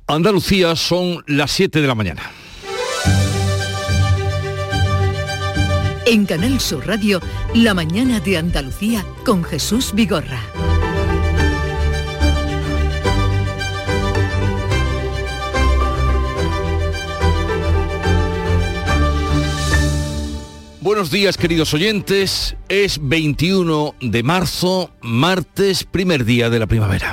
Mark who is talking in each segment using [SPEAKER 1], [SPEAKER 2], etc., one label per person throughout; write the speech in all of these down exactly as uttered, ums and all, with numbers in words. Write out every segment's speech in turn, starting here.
[SPEAKER 1] Andalucía, son las siete de la mañana.
[SPEAKER 2] En Canal Sur Radio, La mañana de Andalucía con Jesús Vigorra.
[SPEAKER 1] Buenos días, queridos oyentes. Es veintiuno de marzo, martes, primer día de la primavera.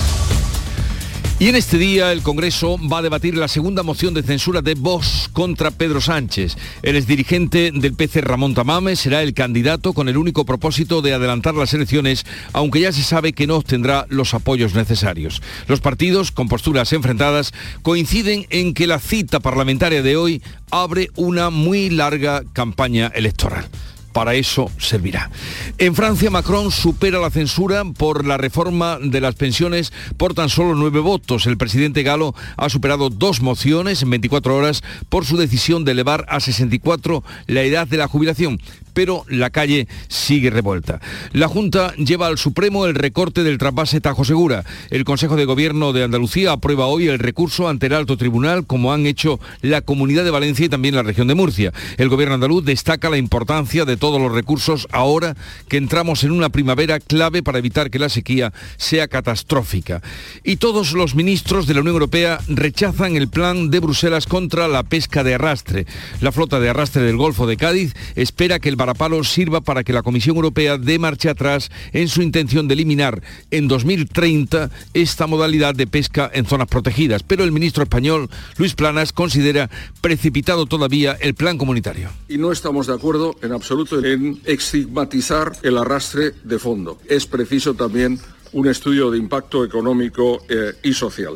[SPEAKER 1] Y en este día el Congreso va a debatir la segunda moción de censura de Vox contra Pedro Sánchez. El exdirigente del P C, Ramón Tamames, será el candidato con el único propósito de adelantar las elecciones, aunque ya se sabe que no obtendrá los apoyos necesarios. Los partidos, con posturas enfrentadas, coinciden en que la cita parlamentaria de hoy abre una muy larga campaña electoral. Para eso servirá. En Francia, Macron supera la censura por la reforma de las pensiones por tan solo nueve votos. El presidente galo ha superado dos mociones en veinticuatro horas por su decisión de elevar a sesenta y cuatro la edad de la jubilación. Pero la calle sigue revuelta. La Junta lleva al Supremo el recorte del trasvase Tajo Segura. El Consejo de Gobierno de Andalucía aprueba hoy el recurso ante el Alto Tribunal, como han hecho la Comunidad de Valencia y también la región de Murcia. El Gobierno andaluz destaca la importancia de todos los recursos ahora que entramos en una primavera clave para evitar que la sequía sea catastrófica. Y todos los ministros de la Unión Europea rechazan el plan de Bruselas contra la pesca de arrastre. La flota de arrastre del Golfo de Cádiz espera que el varapalo sirva para que la Comisión Europea dé marcha atrás en su intención de eliminar en dos mil treinta esta modalidad de pesca en zonas protegidas. Pero el ministro español, Luis Planas, considera precipitado todavía el plan comunitario.
[SPEAKER 3] Y no estamos de acuerdo en absoluto en estigmatizar el arrastre de fondo. Es preciso también un estudio de impacto económico eh, y social.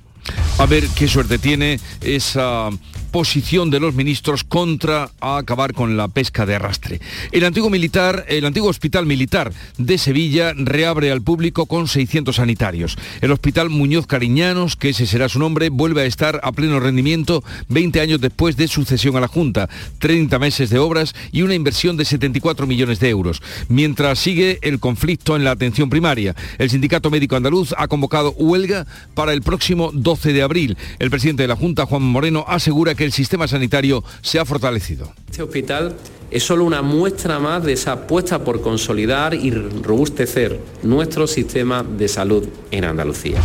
[SPEAKER 1] A ver qué suerte tiene esa posición de los ministros contra a acabar con la pesca de arrastre. El antiguo militar, el antiguo hospital militar de Sevilla reabre al público con seiscientos sanitarios. El hospital Muñoz Cariñanos, que ese será su nombre, vuelve a estar a pleno rendimiento veinte años después de su cesión a la Junta, treinta meses de obras y una inversión de setenta y cuatro millones de euros. Mientras sigue el conflicto en la atención primaria, el Sindicato Médico Andaluz ha convocado huelga para el próximo doce de abril. El presidente de la Junta, Juan Moreno, asegura que el sistema sanitario se ha fortalecido.
[SPEAKER 4] Este hospital es solo una muestra más de esa apuesta por consolidar y robustecer nuestro sistema de salud en Andalucía.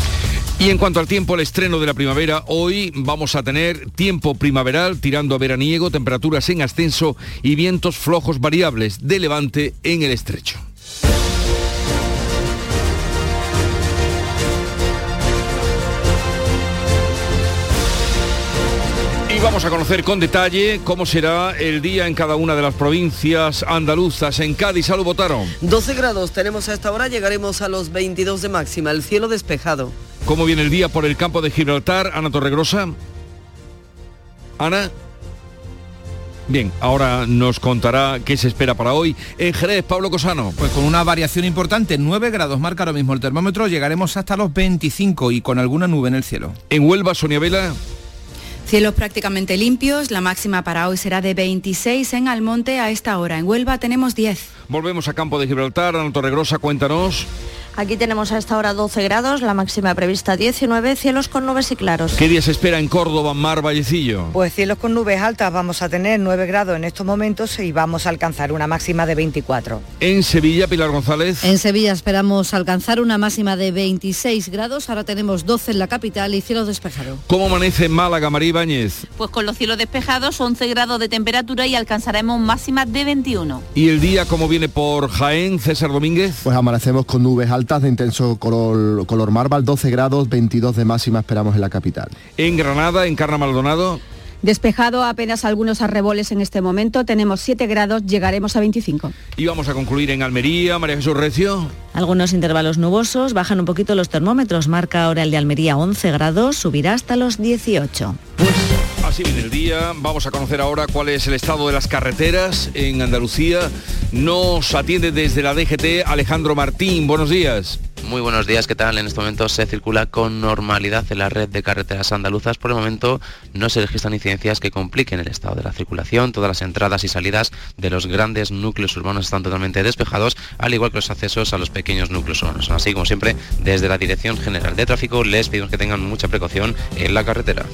[SPEAKER 1] Y en cuanto al tiempo, el estreno de la primavera, hoy vamos a tener tiempo primaveral tirando a veraniego, temperaturas en ascenso y vientos flojos variables de levante en el estrecho. Vamos a conocer con detalle cómo será el día en cada una de las provincias andaluzas. En Cádiz, Salud Botaro.
[SPEAKER 5] doce grados tenemos a esta hora, llegaremos a los veintidós de máxima, el cielo despejado.
[SPEAKER 1] ¿Cómo viene el día por el campo de Gibraltar? Ana Torregrosa. Ana. Bien, ahora nos contará qué se espera para hoy. En Jerez, Pablo Cosano.
[SPEAKER 6] Pues con una variación importante, nueve grados marca ahora mismo el termómetro, llegaremos hasta los veinticinco y con alguna nube en el cielo.
[SPEAKER 1] En Huelva, Sonia Vela.
[SPEAKER 7] Cielos prácticamente limpios, la máxima para hoy será de veintiséis en Almonte a esta hora. En Huelva tenemos diez.
[SPEAKER 1] Volvemos a campo de Gibraltar. Ana Torregrosa, cuéntanos.
[SPEAKER 8] Aquí tenemos a esta hora doce grados, la máxima prevista diecinueve, cielos con nubes y claros.
[SPEAKER 1] ¿Qué día se espera en Córdoba, Mar, Vallecillo?
[SPEAKER 9] Pues cielos con nubes altas, vamos a tener nueve grados en estos momentos y vamos a alcanzar una máxima de veinticuatro.
[SPEAKER 1] En Sevilla, Pilar González.
[SPEAKER 10] En Sevilla esperamos alcanzar una máxima de veintiséis grados, ahora tenemos doce en la capital y cielo despejado.
[SPEAKER 1] ¿Cómo amanece en Málaga, María Ibáñez?
[SPEAKER 11] Pues con los cielos despejados, once grados de temperatura y alcanzaremos máximas de veintiuno.
[SPEAKER 1] ¿Y el día cómo viene por Jaén, César Domínguez?
[SPEAKER 12] Pues amanecemos con nubes altas de intenso color, color marval, doce grados, veintidós de máxima esperamos en la capital.
[SPEAKER 1] En Granada, en Carna Maldonado.
[SPEAKER 13] Despejado, apenas algunos arreboles en este momento, tenemos siete grados, llegaremos a veinticinco.
[SPEAKER 1] Y vamos a concluir en Almería, María Jesús Recio.
[SPEAKER 14] Algunos intervalos nubosos, bajan un poquito los termómetros, marca ahora el de Almería once grados, subirá hasta los dieciocho.
[SPEAKER 1] Pues así viene el día, vamos a conocer ahora cuál es el estado de las carreteras en Andalucía. Nos atiende desde la D G T Alejandro Martín, buenos días.
[SPEAKER 15] Muy buenos días, ¿qué tal? En este momento se circula con normalidad en la red de carreteras andaluzas. Por el momento no se registran incidencias que compliquen el estado de la circulación. Todas las entradas y salidas de los grandes núcleos urbanos están totalmente despejados, al igual que los accesos a los pequeños núcleos urbanos. Así como siempre, desde la Dirección General de Tráfico les pedimos que tengan mucha precaución en la carretera.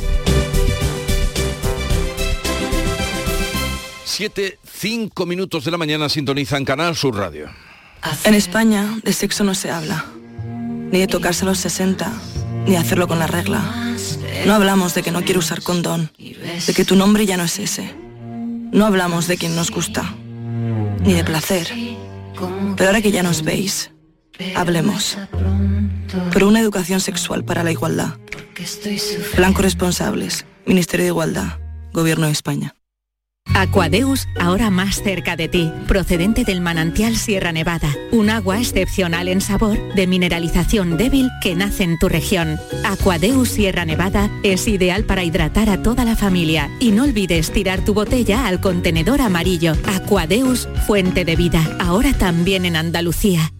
[SPEAKER 1] Siete, cinco minutos de la mañana sintonizan Canal Sur Radio.
[SPEAKER 16] En España de sexo no se habla, ni de tocarse a los sesenta, ni de hacerlo con la regla. No hablamos de que no quiero usar condón, de que tu nombre ya no es ese. No hablamos de quien nos gusta, ni de placer. Pero ahora que ya nos veis, hablemos. Por una educación sexual para la igualdad. Plan Corresponsables, Ministerio de Igualdad, Gobierno de España.
[SPEAKER 17] Aquadeus, ahora más cerca de ti, procedente del manantial Sierra Nevada, un agua excepcional en sabor, de mineralización débil que nace en tu región. Aquadeus Sierra Nevada es ideal para hidratar a toda la familia y no olvides tirar tu botella al contenedor amarillo. Aquadeus, fuente de vida, ahora también en Andalucía.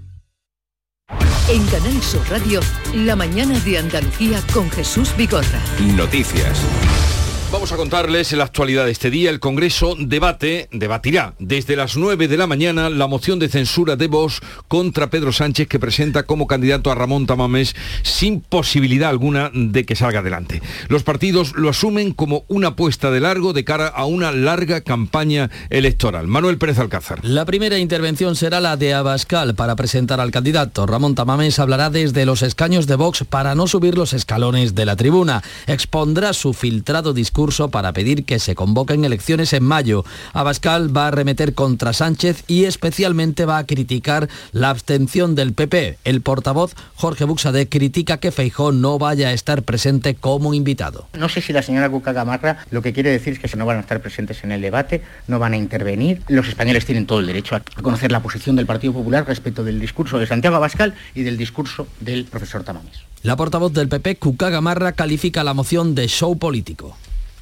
[SPEAKER 2] En Canal Sur Radio, la mañana de Andalucía con Jesús Vigorra.
[SPEAKER 1] Noticias. Vamos a contarles la actualidad de este día. El Congreso debate, debatirá desde las nueve de la mañana la moción de censura de Vox contra Pedro Sánchez, que presenta como candidato a Ramón Tamames sin posibilidad alguna de que salga adelante. Los partidos lo asumen como una apuesta de largo de cara a una larga campaña electoral. Manuel Pérez Alcázar.
[SPEAKER 18] La primera intervención será la de Abascal para presentar al candidato. Ramón Tamames hablará desde los escaños de Vox para no subir los escalones de la tribuna. Expondrá su filtrado discurso para pedir que se convoquen elecciones en mayo. Abascal va a arremeter contra Sánchez y especialmente va a criticar la abstención del P P. El portavoz Jorge Buxadé critica que Feijóo no vaya a estar presente como invitado.
[SPEAKER 19] No sé si la señora Cuca Gamarra lo que quiere decir es que no van a estar presentes en el debate, no van a intervenir. Los españoles tienen todo el derecho a conocer la posición del Partido Popular respecto del discurso de Santiago Abascal y del discurso del profesor Tamames.
[SPEAKER 18] La portavoz del P P, Cuca Gamarra, califica la moción de show político.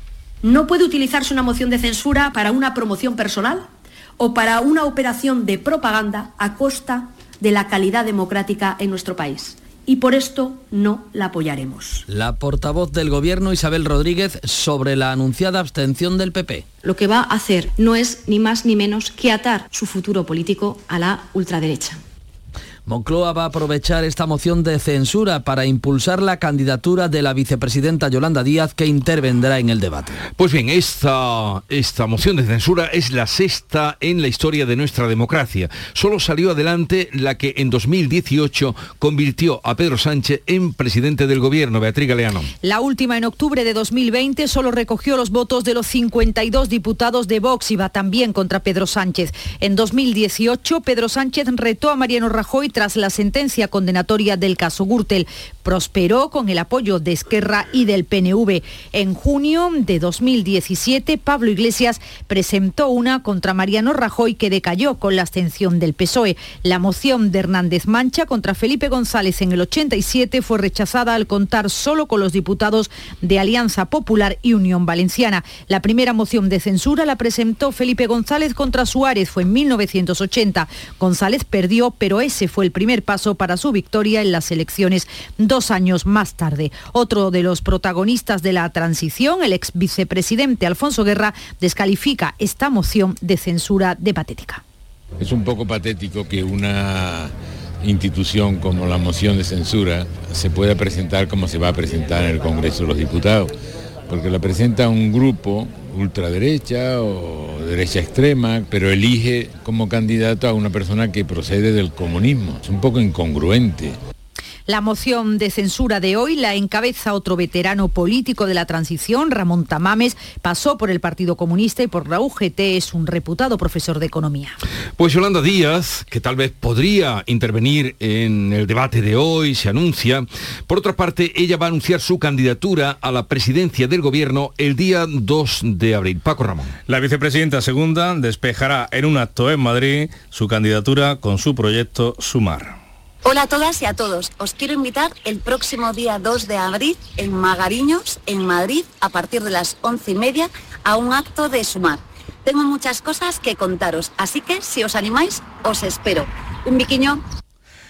[SPEAKER 20] No puede utilizarse una moción de censura para una promoción personal o para una operación de propaganda a costa de la calidad democrática en nuestro país. Y por esto no la apoyaremos.
[SPEAKER 18] La portavoz del Gobierno, Isabel Rodríguez, sobre la anunciada abstención del P P.
[SPEAKER 20] Lo que va a hacer no es ni más ni menos que atar su futuro político a la ultraderecha.
[SPEAKER 18] Moncloa va a aprovechar esta moción de censura para impulsar la candidatura de la vicepresidenta Yolanda Díaz, que intervendrá en el debate.
[SPEAKER 1] Pues bien, esta, esta moción de censura es la sexta en la historia de nuestra democracia. Solo salió adelante la que en dos mil dieciocho convirtió a Pedro Sánchez en presidente del gobierno. Beatriz Galeano.
[SPEAKER 21] La última en octubre de dos mil veinte solo recogió los votos de los cincuenta y dos diputados de Vox y va también contra Pedro Sánchez. En dos mil dieciocho, Pedro Sánchez retó a Mariano Rajoy tras la sentencia condenatoria del caso Gürtel. Prosperó con el apoyo de Esquerra y del P N V. En junio de dos mil diecisiete, Pablo Iglesias presentó una contra Mariano Rajoy que decayó con la abstención del P S O E. La moción de Hernández Mancha contra Felipe González en el ochenta y siete fue rechazada al contar solo con los diputados de Alianza Popular y Unión Valenciana. La primera moción de censura la presentó Felipe González contra Suárez, fue en mil novecientos ochenta. González perdió, pero ese fue el primer paso para su victoria en las elecciones dos años más tarde. Otro de los protagonistas de la transición, el ex vicepresidente Alfonso Guerra, descalifica esta moción de censura de patética.
[SPEAKER 22] Es un poco patético que una institución como la moción de censura se pueda presentar como se va a presentar en el Congreso de los Diputados, porque la presenta un grupo ultraderecha o derecha extrema, pero elige como candidato a una persona que procede del comunismo. Es un poco incongruente.
[SPEAKER 21] La moción de censura de hoy la encabeza otro veterano político de la transición, Ramón Tamames. Pasó por el Partido Comunista y por la U G T, es un reputado profesor de economía.
[SPEAKER 1] Pues Yolanda Díaz, que tal vez podría intervenir en el debate de hoy, se anuncia. Por otra parte, ella va a anunciar su candidatura a la presidencia del gobierno el día dos de abril. Paco Ramón.
[SPEAKER 23] La vicepresidenta segunda despejará en un acto en Madrid su candidatura con su proyecto Sumar.
[SPEAKER 24] Hola a todas y a todos. Os quiero invitar el próximo día dos de abril en Magariños, en Madrid, a partir de las once y media, a un acto de Sumar. Tengo muchas cosas que contaros, así que si os animáis, os espero. Un biquiño.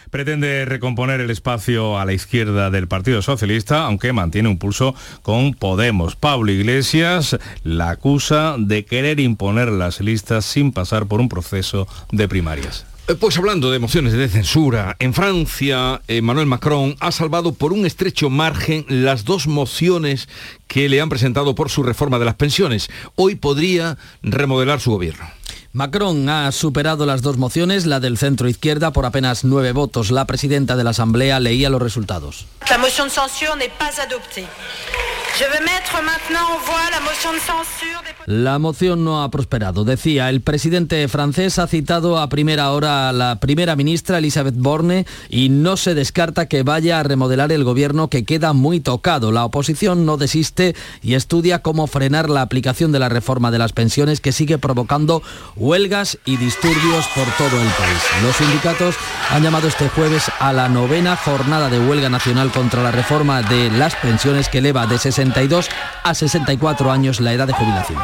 [SPEAKER 23] Pretende recomponer el espacio a la izquierda del Partido Socialista, aunque mantiene un pulso con Podemos. Pablo Iglesias la acusa de querer imponer las listas sin pasar por un proceso de primarias.
[SPEAKER 1] Pues hablando de mociones de censura, en Francia, Emmanuel Macron ha salvado por un estrecho margen las dos mociones que le han presentado por su reforma de las pensiones. Hoy podría remodelar su gobierno.
[SPEAKER 18] Macron ha superado las dos mociones, la del centro izquierda por apenas nueve votos. La presidenta de la Asamblea leía los resultados.
[SPEAKER 3] La moción de censura n'est pas adoptée. Je vais mettre maintenant en voie la motion de censure des...
[SPEAKER 18] La moción no ha prosperado, decía. El presidente francés ha citado a primera hora a la primera ministra Elisabeth Borne y no se descarta que vaya a remodelar el gobierno, que queda muy tocado. La oposición no desiste y estudia cómo frenar la aplicación de la reforma de las pensiones, que sigue provocando huelgas y disturbios por todo el país. Los sindicatos han llamado este jueves a la novena jornada de huelga nacional contra la reforma de las pensiones, que eleva de sesenta y dos a sesenta y cuatro años la edad de jubilación.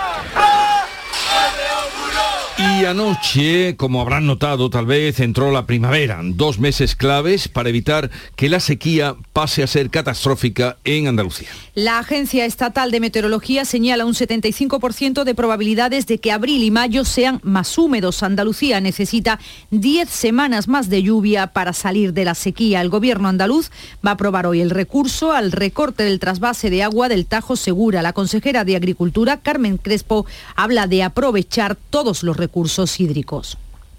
[SPEAKER 1] Y anoche, como habrán notado tal vez, entró la primavera, dos meses claves para evitar que la sequía pase a ser catastrófica en Andalucía.
[SPEAKER 21] La Agencia Estatal de Meteorología señala un setenta y cinco por ciento de probabilidades de que abril y mayo sean más húmedos. Andalucía necesita diez semanas más de lluvia para salir de la sequía. El gobierno andaluz va a aprobar hoy el recurso al recorte del trasvase de agua del Tajo Segura. La consejera de Agricultura, Carmen Crespo, habla de aprovechar todos los recursos hídricos.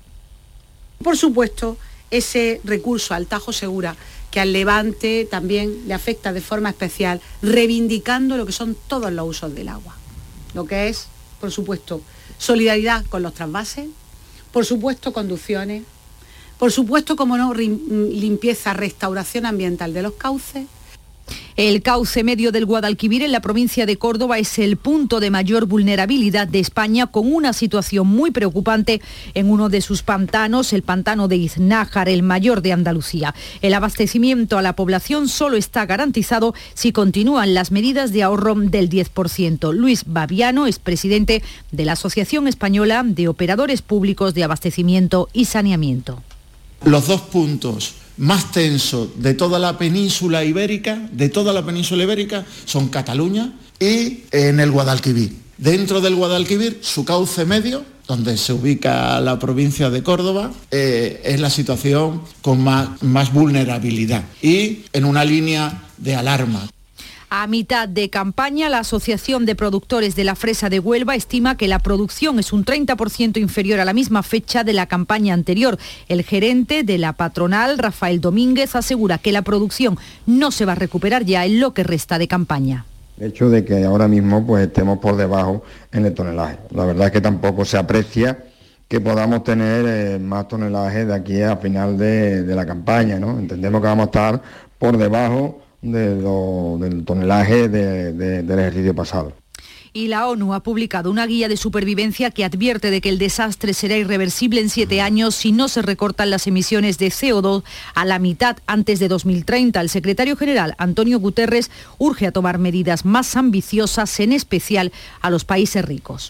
[SPEAKER 4] Por supuesto, ese recurso al Tajo Segura, que al Levante también le afecta de forma especial, reivindicando lo que son todos los usos del agua. Lo que es, por supuesto, solidaridad con los trasvases, por supuesto, conducciones, por supuesto, como no, limpieza, restauración ambiental de los cauces.
[SPEAKER 21] El cauce medio del Guadalquivir en la provincia de Córdoba es el punto de mayor vulnerabilidad de España, con una situación muy preocupante en uno de sus pantanos, el pantano de Iznájar, el mayor de Andalucía. El abastecimiento a la población solo está garantizado si continúan las medidas de ahorro del diez por ciento. Luis Baviano es presidente de la Asociación Española de Operadores Públicos de Abastecimiento y Saneamiento.
[SPEAKER 5] Los dos puntos más tensos de toda la península ibérica, de toda la península ibérica, son Cataluña y en el Guadalquivir. Dentro del Guadalquivir, su cauce medio, donde se ubica la provincia de Córdoba, eh, es la situación con más, más vulnerabilidad y en una línea de alarma.
[SPEAKER 21] A mitad de campaña, la Asociación de Productores de la Fresa de Huelva estima que la producción es un treinta por ciento inferior a la misma fecha de la campaña anterior. El gerente de la patronal, Rafael Domínguez, asegura que la producción no se va a recuperar ya en lo que resta de campaña.
[SPEAKER 6] El hecho de que ahora mismo pues estemos por debajo en el tonelaje. La verdad es que tampoco se aprecia que podamos tener eh, más tonelaje de aquí a final de, de la campaña, ¿no? Entendemos que vamos a estar por debajo De lo, del tonelaje de, de, del ejercicio pasado.
[SPEAKER 21] Y la ONU ha publicado una guía de supervivencia que advierte de que el desastre será irreversible en siete años si no se recortan las emisiones de C O dos a la mitad antes de dos mil treinta. El secretario general, Antonio Guterres, urge a tomar medidas más ambiciosas, en especial a los países ricos.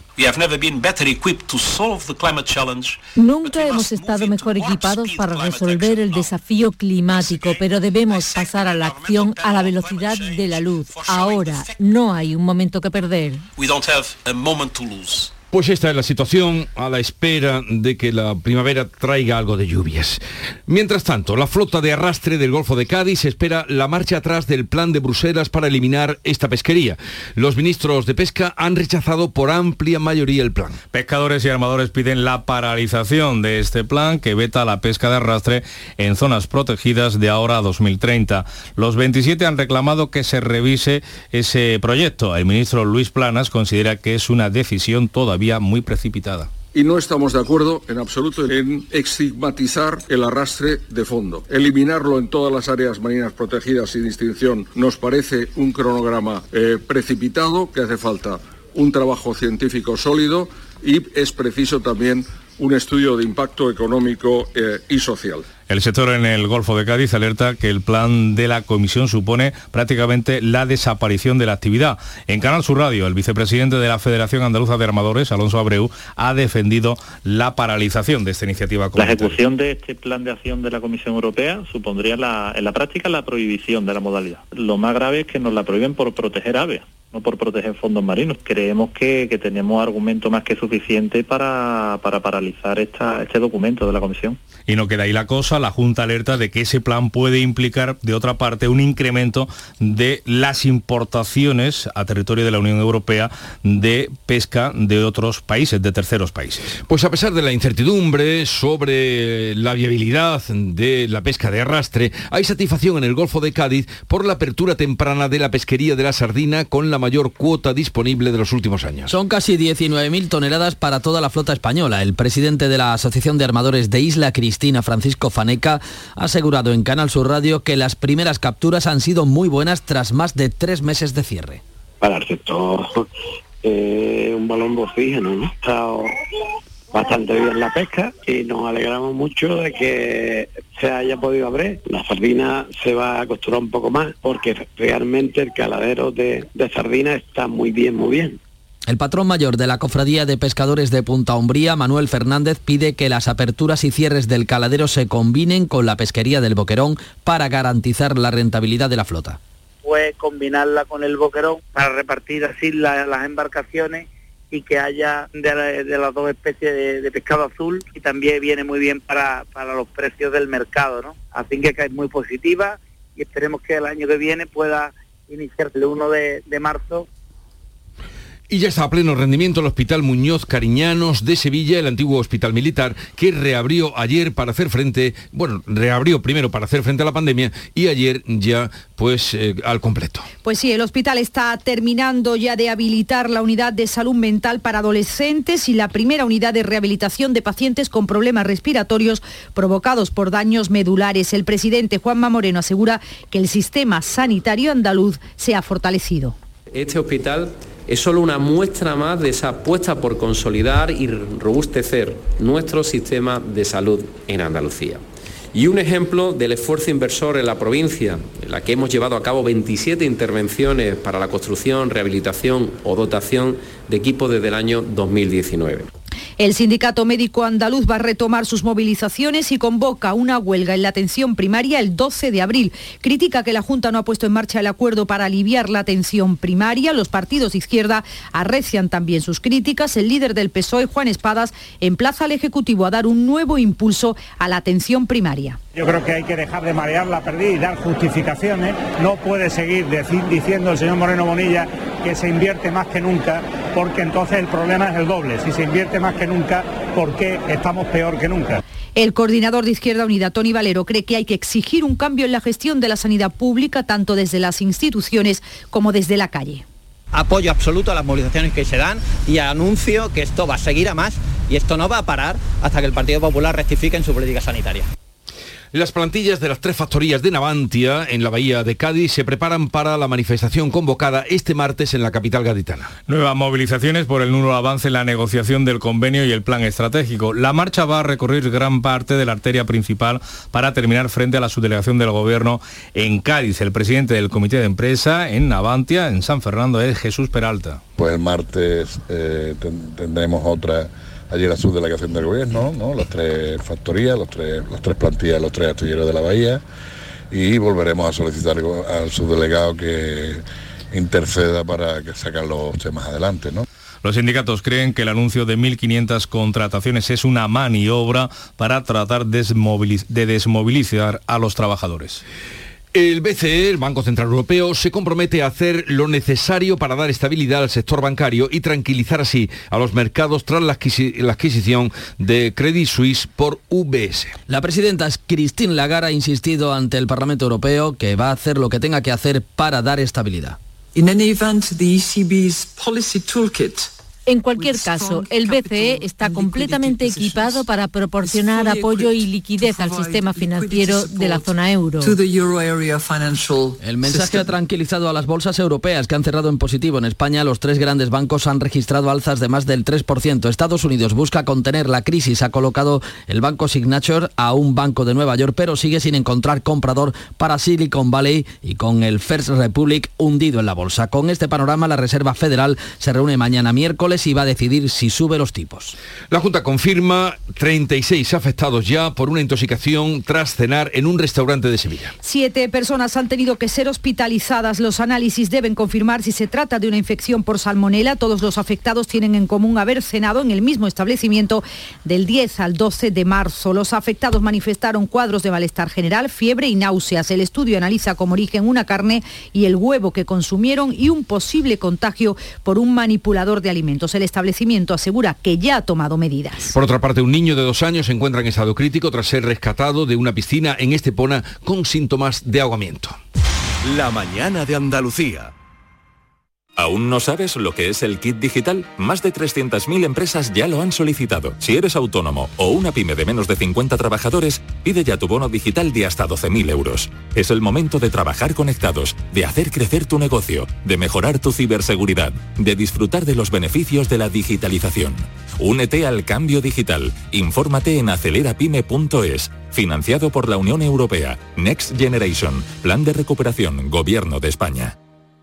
[SPEAKER 25] Nunca hemos estado mejor equipados para resolver el desafío climático, pero debemos pasar a la acción a la velocidad de la luz. Ahora no hay un momento que perder.
[SPEAKER 1] We don't have a moment to lose. Pues esta es la situación a la espera de que la primavera traiga algo de lluvias. Mientras tanto, la flota de arrastre del Golfo de Cádiz espera la marcha atrás del plan de Bruselas para eliminar esta pesquería. Los ministros de Pesca han rechazado por amplia mayoría el plan.
[SPEAKER 23] Pescadores y armadores piden la paralización de este plan que veta la pesca de arrastre en zonas protegidas de ahora a dos mil treinta. Los veintisiete han reclamado que se revise ese proyecto. El ministro Luis Planas considera que es una decisión todavía muy precipitada.
[SPEAKER 26] Y no estamos de acuerdo en absoluto en estigmatizar el arrastre de fondo. Eliminarlo en todas las áreas marinas protegidas sin distinción nos parece un cronograma eh, precipitado, que hace falta un trabajo científico sólido y es preciso también un estudio de impacto económico eh, y social.
[SPEAKER 23] El sector en el Golfo de Cádiz alerta que el plan de la Comisión supone prácticamente la desaparición de la actividad. En Canal Sur Radio, el vicepresidente de la Federación Andaluza de Armadores, Alonso Abreu, ha defendido la paralización de esta iniciativa comunitaria.
[SPEAKER 7] La ejecución de este plan de acción de la Comisión Europea supondría la, en la práctica la prohibición de la modalidad. Lo más grave es que nos la prohíben por proteger aves, no por proteger fondos marinos. Creemos que, que tenemos argumento más que suficiente para, para paralizar esta, este documento de la Comisión.
[SPEAKER 23] Y no queda ahí la cosa, la Junta alerta de que ese plan puede implicar, de otra parte, un incremento de las importaciones a territorio de la Unión Europea de pesca de otros países, de terceros países.
[SPEAKER 1] Pues a pesar de la incertidumbre sobre la viabilidad de la pesca de arrastre, hay satisfacción en el Golfo de Cádiz por la apertura temprana de la pesquería de la sardina con la mayor cuota disponible de los últimos años.
[SPEAKER 18] Son casi diecinueve mil toneladas para toda la flota española. El presidente de la Asociación de Armadores de Isla Cristina, Francisco Faneca, ha asegurado en Canal Sur Radio que las primeras capturas han sido muy buenas tras más de tres meses de cierre.
[SPEAKER 8] Para el sector, eh, un balón de oxígeno, ¿no? Ha estado bastante bien la pesca y nos alegramos mucho de que se haya podido abrir. La sardina se va a acostumbrar un poco más porque realmente el caladero de, de sardina está muy bien, muy bien.
[SPEAKER 18] El patrón mayor de la Cofradía de Pescadores de Punta Umbría, Manuel Fernández, pide que las aperturas y cierres del caladero se combinen con la pesquería del boquerón para garantizar la rentabilidad de la flota.
[SPEAKER 9] Pues combinarla con el boquerón para repartir así la, las embarcaciones y que haya de, de las dos especies de, de pescado azul, y también viene muy bien para, para los precios del mercado, ¿no? Así que es muy positiva y esperemos que el año que viene pueda iniciarse el uno de marzo.
[SPEAKER 1] Y ya está a pleno rendimiento el Hospital Muñoz Cariñanos de Sevilla, el antiguo hospital militar, que reabrió ayer para hacer frente, bueno, reabrió primero para hacer frente a la pandemia y ayer ya pues eh, al completo.
[SPEAKER 21] Pues sí, el hospital está terminando ya de habilitar la unidad de salud mental para adolescentes y la primera unidad de rehabilitación de pacientes con problemas respiratorios provocados por daños medulares. El presidente Juanma Moreno asegura que el sistema sanitario andaluz se ha fortalecido.
[SPEAKER 10] Este hospital es solo una muestra más de esa apuesta por consolidar y robustecer nuestro sistema de salud en Andalucía. Y un ejemplo del esfuerzo inversor en la provincia, en la que hemos llevado a cabo veintisiete intervenciones para la construcción, rehabilitación o dotación de equipos desde el año dos mil diecinueve.
[SPEAKER 21] El Sindicato Médico Andaluz va a retomar sus movilizaciones y convoca una huelga en la atención primaria el doce de abril. Critica que la Junta no ha puesto en marcha el acuerdo para aliviar la atención primaria. Los partidos de izquierda arrecian también sus críticas. El líder del P S O E, Juan Espadas, emplaza al Ejecutivo a dar un nuevo impulso a la atención primaria.
[SPEAKER 11] Yo creo que hay que dejar de marear la perdiz y dar justificaciones. No puede seguir decir, diciendo el señor Moreno Bonilla que se invierte más que nunca, porque entonces el problema es el doble. Si se invierte más que nunca, ¿por qué estamos peor que nunca?
[SPEAKER 21] El coordinador de Izquierda Unida, Tony Valero, cree que hay que exigir un cambio en la gestión de la sanidad pública, tanto desde las instituciones como desde la calle.
[SPEAKER 12] Apoyo absoluto a las movilizaciones que se dan y anuncio que esto va a seguir a más y esto no va a parar hasta que el Partido Popular rectifique en su política sanitaria.
[SPEAKER 1] Las plantillas de las tres factorías de Navantia, en la bahía de Cádiz, se preparan para la manifestación convocada este martes en la capital gaditana.
[SPEAKER 23] Nuevas movilizaciones por el nulo avance en la negociación del convenio y el plan estratégico. La marcha va a recorrer gran parte de la arteria principal para terminar frente a la subdelegación del Gobierno en Cádiz. El presidente del comité de empresa en Navantia, en San Fernando, es Jesús Peralta.
[SPEAKER 27] Pues el martes eh, tendremos otra... Allí la subdelegación del gobierno, ¿no? Las tres factorías, los tres, las tres plantillas, los tres astilleros de la bahía, y volveremos a solicitar al subdelegado que interceda para que saquen los temas adelante, ¿no?
[SPEAKER 23] Los sindicatos creen que el anuncio de mil quinientas contrataciones es una maniobra para tratar de desmovilizar a los trabajadores.
[SPEAKER 1] El B C E, el Banco Central Europeo, se compromete a hacer lo necesario para dar estabilidad al sector bancario y tranquilizar así a los mercados tras la, adquisi- la adquisición de Credit Suisse por U B S.
[SPEAKER 18] La presidenta Christine Lagarde ha insistido ante el Parlamento Europeo que va a hacer lo que tenga que hacer para dar estabilidad.
[SPEAKER 28] In any event, the E C B's policy toolkit
[SPEAKER 25] En cualquier caso, el B C E está completamente equipado para proporcionar apoyo y liquidez al sistema financiero de la zona euro.
[SPEAKER 18] El mensaje ha tranquilizado a las bolsas europeas, que han cerrado en positivo. En España, los tres grandes bancos han registrado alzas de más del tres por ciento. Estados Unidos busca contener la crisis. Ha colocado el banco Signature a un banco de Nueva York, pero sigue sin encontrar comprador para Silicon Valley y con el First Republic hundido en la bolsa. Con este panorama, la Reserva Federal se reúne mañana miércoles y va a decidir si sube los tipos.
[SPEAKER 1] La Junta confirma treinta y seis afectados ya por una intoxicación tras cenar en un restaurante de Sevilla.
[SPEAKER 21] Siete personas han tenido que ser hospitalizadas. Los análisis deben confirmar si se trata de una infección por salmonela. Todos los afectados tienen en común haber cenado en el mismo establecimiento del diez al doce de marzo. Los afectados manifestaron cuadros de malestar general, fiebre y náuseas. El estudio analiza como origen una carne y el huevo que consumieron y un posible contagio por un manipulador de alimentos. El establecimiento asegura que ya ha tomado medidas.
[SPEAKER 1] Por otra parte, un niño de dos años se encuentra en estado crítico tras ser rescatado de una piscina en Estepona con síntomas de ahogamiento.
[SPEAKER 2] La mañana de Andalucía. ¿Aún no sabes lo que es el kit digital? Más de trescientas mil empresas ya lo han solicitado. Si eres autónomo o una pyme de menos de cincuenta trabajadores, pide ya tu bono digital de hasta doce mil euros. Es el momento de trabajar conectados, de hacer crecer tu negocio, de mejorar tu ciberseguridad, de disfrutar de los beneficios de la digitalización. Únete al cambio digital. Infórmate en acelera pyme punto es. Financiado por la Unión Europea. Next Generation. Plan de recuperación. Gobierno de España.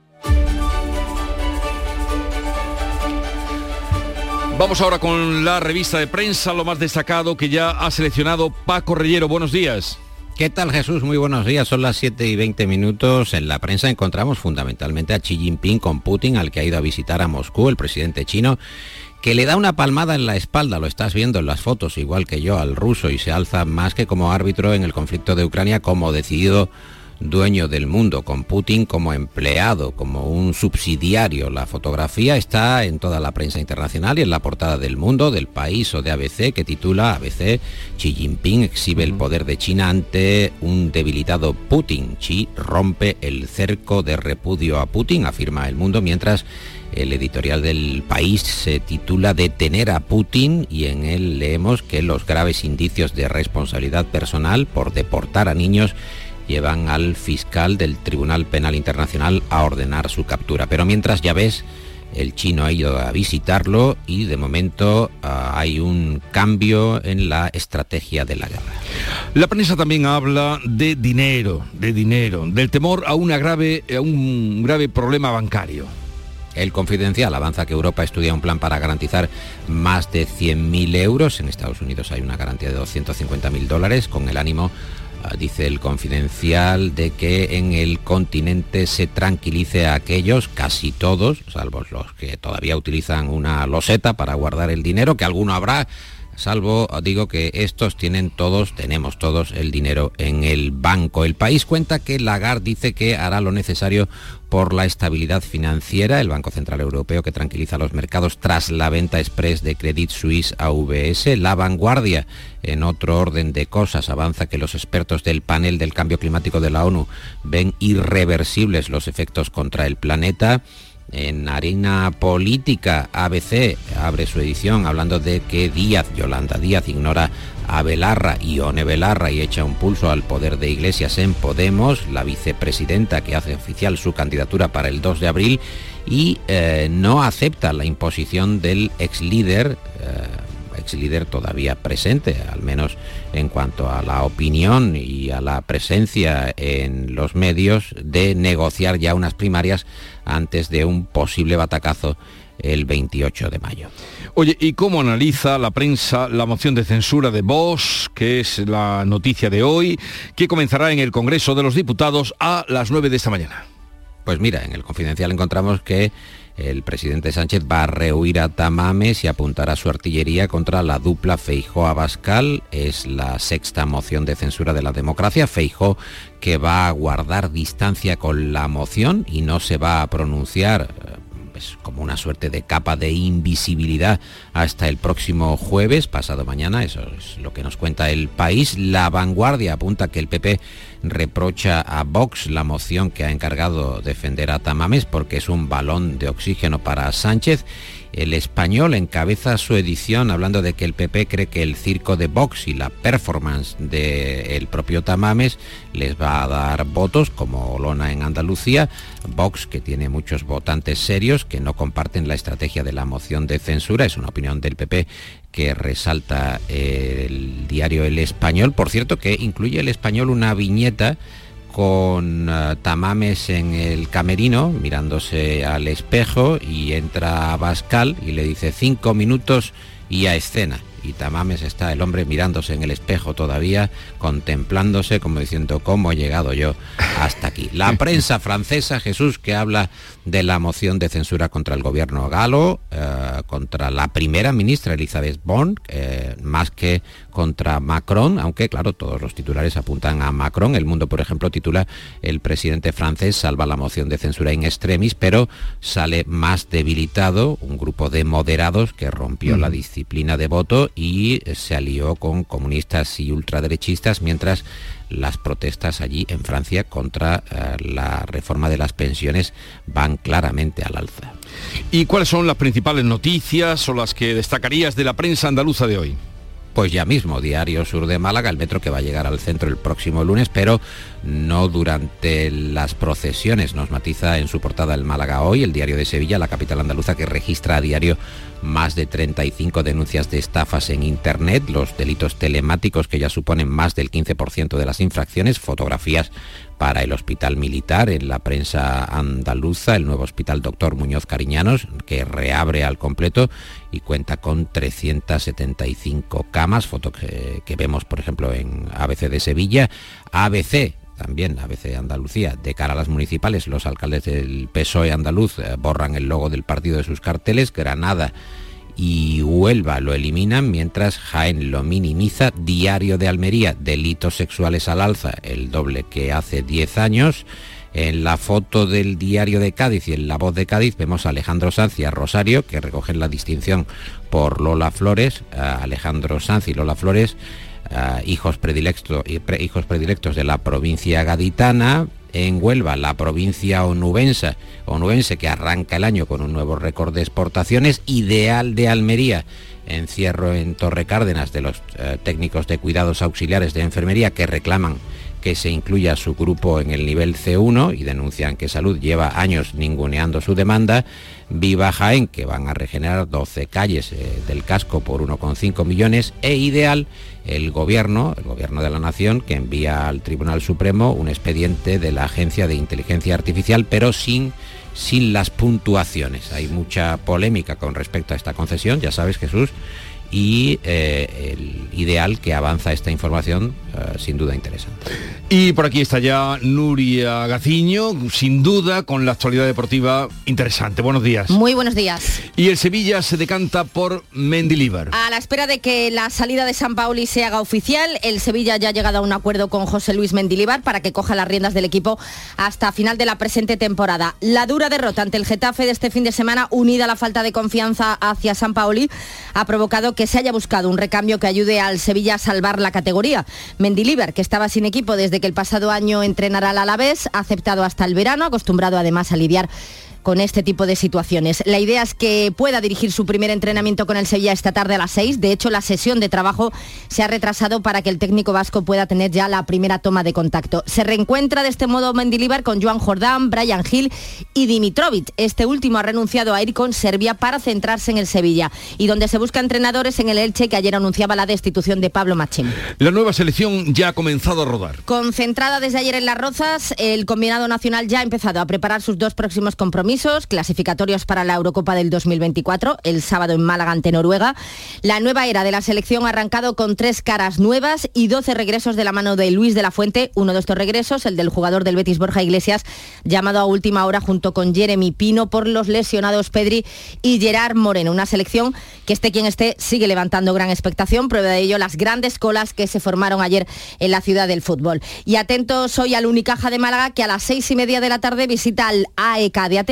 [SPEAKER 1] Vamos ahora con la revista de prensa, lo más destacado que ya ha seleccionado Paco Reyero. Buenos días.
[SPEAKER 13] ¿Qué tal, Jesús? Muy buenos días. Son las siete y veinte minutos. En la prensa encontramos fundamentalmente a Xi Jinping con Putin, al que ha ido a visitar a Moscú, el presidente chino, que le da una palmada en la espalda, lo estás viendo en las fotos, igual que yo, al ruso, y se alza más que como árbitro en el conflicto de Ucrania, como decidido dueño del mundo, con Putin como empleado, como un subsidiario. La fotografía está en toda la prensa internacional y en la portada del Mundo, del País o de A B C, que titula A B C, Xi Jinping exhibe el poder de China ante un debilitado Putin. Xi rompe el cerco de repudio a Putin, afirma El Mundo, mientras el editorial del País se titula Detener a Putin, y en él leemos que los graves indicios de responsabilidad personal por deportar a niños llevan al fiscal del Tribunal Penal Internacional a ordenar su captura. Pero mientras, ya ves, el chino ha ido a visitarlo y de momento uh, hay un cambio en la estrategia de la guerra.
[SPEAKER 1] La prensa también habla de dinero, de dinero, del temor a, una grave, a un grave problema bancario.
[SPEAKER 13] El Confidencial avanza que Europa estudia un plan para garantizar más de cien mil euros. En Estados Unidos hay una garantía de doscientos cincuenta mil dólares con el ánimo, dice el Confidencial, de que en el continente se tranquilice a aquellos, casi todos, salvo los que todavía utilizan una loseta para guardar el dinero, que alguno habrá, salvo, digo, que estos tienen todos, tenemos todos el dinero en el banco. El País cuenta que Lagarde dice que hará lo necesario por la estabilidad financiera, el Banco Central Europeo, que tranquiliza los mercados tras la venta express de Credit Suisse a U B S. La Vanguardia, en otro orden de cosas, avanza que los expertos del panel del cambio climático de la ONU ven irreversibles los efectos contra el planeta. En Arena Política, A B C abre su edición hablando de que Díaz, Yolanda Díaz, ignora a Belarra, Ione Belarra, y echa un pulso al poder de Iglesias en Podemos. La vicepresidenta, que hace oficial su candidatura para el dos de abril y eh, no acepta la imposición del ex líder, eh, ex líder todavía presente, al menos en cuanto a la opinión y a la presencia en los medios, de negociar ya unas primarias antes de un posible batacazo el veintiocho de mayo.
[SPEAKER 1] Oye, ¿y cómo analiza la prensa la moción de censura de Vox, que es la noticia de hoy, que comenzará en el Congreso de los Diputados a las nueve de esta mañana?
[SPEAKER 13] Pues mira, en el Confidencial encontramos que el presidente Sánchez va a rehuir a Tamames y apuntará su artillería contra la dupla Feijóo-Abascal. Es la sexta moción de censura de la democracia. Feijóo, que va a guardar distancia con la moción y no se va a pronunciar, pues, como una suerte de capa de invisibilidad hasta el próximo jueves, pasado mañana. Eso es lo que nos cuenta El País. La Vanguardia apunta que el P P reprocha a Vox la moción que ha encargado defender a Tamames porque es un balón de oxígeno para Sánchez. El Español encabeza su edición hablando de que el P P cree que el circo de Vox y la performance del propio Tamames les va a dar votos, como Olona en Andalucía. Vox, que tiene muchos votantes serios que no comparten la estrategia de la moción de censura, es una opinión del P P que resalta el diario El Español. Por cierto, que incluye El Español una viñeta con uh, Tamames en el camerino, mirándose al espejo, y entra Abascal y le dice cinco minutos y a escena. Y Tamames está, el hombre, mirándose en el espejo todavía, contemplándose, como diciendo, ¿cómo he llegado yo hasta aquí? La prensa francesa, Jesús, que habla de la moción de censura contra el gobierno galo, eh, contra la primera ministra Elisabeth Borne, eh, más que contra Macron, aunque claro, todos los titulares apuntan a Macron. El Mundo, por ejemplo, titula: el presidente francés salva la moción de censura in extremis, pero sale más debilitado un grupo de moderados que rompió mm. la disciplina de voto y se alió con comunistas y ultraderechistas, mientras las protestas allí en Francia contra eh, la reforma de las pensiones van claramente al alza.
[SPEAKER 1] ¿Y cuáles son las principales noticias o las que destacarías de la prensa andaluza de hoy?
[SPEAKER 13] Pues ya mismo, Diario Sur de Málaga, el metro que va a llegar al centro el próximo lunes, pero no durante las procesiones. Nos matiza en su portada el Málaga Hoy, el Diario de Sevilla, la capital andaluza, que registra a diario más de treinta y cinco denuncias de estafas en Internet, los delitos telemáticos que ya suponen más del quince por ciento de las infracciones, fotografías para el Hospital Militar en la prensa andaluza, el nuevo Hospital Doctor Muñoz Cariñanos, que reabre al completo y cuenta con trescientas setenta y cinco camas, foto que, que vemos, por ejemplo, en A B C de Sevilla. A B C, también A B C Andalucía, de cara a las municipales, los alcaldes del P S O E andaluz eh, borran el logo del partido de sus carteles. Granada y Huelva lo eliminan, mientras Jaén lo minimiza. Diario de Almería, delitos sexuales al alza, el doble que hace diez años. En la foto del Diario de Cádiz y en La Voz de Cádiz vemos a Alejandro Sanz y a Rosario, que recogen la distinción por Lola Flores. Uh, Alejandro Sanz y Lola Flores, uh, hijos, predilecto, pre, hijos predilectos de la provincia gaditana. En Huelva, la provincia onubense, onubense que arranca el año con un nuevo récord de exportaciones. Ideal de Almería, encierro en Torre Cárdenas de los eh, técnicos de cuidados auxiliares de enfermería, que reclaman que se incluya su grupo en el nivel C uno y denuncian que Salud lleva años ninguneando su demanda. Viva Jaén, que van a regenerar doce calles eh, del casco por uno coma cinco millones. E Ideal, el gobierno, el gobierno de la nación, que envía al Tribunal Supremo un expediente de la Agencia de Inteligencia Artificial, pero sin, sin las puntuaciones. Hay mucha polémica con respecto a esta concesión, ya sabes, Jesús, y eh, el Ideal, que avanza esta información, eh, sin duda interesante.
[SPEAKER 1] Y por aquí está ya Nuria Gaciño, sin duda, con la actualidad deportiva interesante. Buenos días.
[SPEAKER 14] Muy buenos días.
[SPEAKER 1] Y el Sevilla se decanta por Mendilibar.
[SPEAKER 14] A la espera de que la salida de Sampaoli se haga oficial, el Sevilla ya ha llegado a un acuerdo con José Luis Mendilibar para que coja las riendas del equipo hasta final de la presente temporada. La dura derrota ante el Getafe de este fin de semana, unida a la falta de confianza hacia Sampaoli, ha provocado que se haya buscado un recambio que ayude al Sevilla a salvar la categoría. Mendilibar, que estaba sin equipo desde que el pasado año entrenara al Alavés, ha aceptado hasta el verano, acostumbrado además a lidiar con este tipo de situaciones. La idea es que pueda dirigir su primer entrenamiento con el Sevilla esta tarde a las seis. De hecho, la sesión de trabajo se ha retrasado para que el técnico vasco pueda tener ya la primera toma de contacto. Se reencuentra de este modo Mendilibar con Joan Jordán, Brian Hill y Dimitrovic. Este último ha renunciado a ir con Serbia para centrarse en el Sevilla, y donde se busca entrenadores en el Elche, que ayer anunciaba la destitución de Pablo Machín.
[SPEAKER 1] La nueva selección ya ha comenzado a rodar.
[SPEAKER 14] Concentrada desde ayer en Las Rozas, el combinado nacional ya ha empezado a preparar sus dos próximos compromisos clasificatorios para la Eurocopa del dos mil veinticuatro, el sábado en Málaga ante Noruega. La nueva era de la selección ha arrancado con tres caras nuevas y doce regresos de la mano de Luis de la Fuente. Uno de estos regresos, el del jugador del Betis Borja Iglesias, llamado a última hora junto con Jeremy Pino por los lesionados Pedri y Gerard Moreno. Una selección que, esté quien esté, sigue levantando gran expectación. Prueba de ello las grandes colas que se formaron ayer en la ciudad del fútbol. Y atentos hoy al Unicaja de Málaga, que a las seis y media de la tarde visita al A E K de Atenas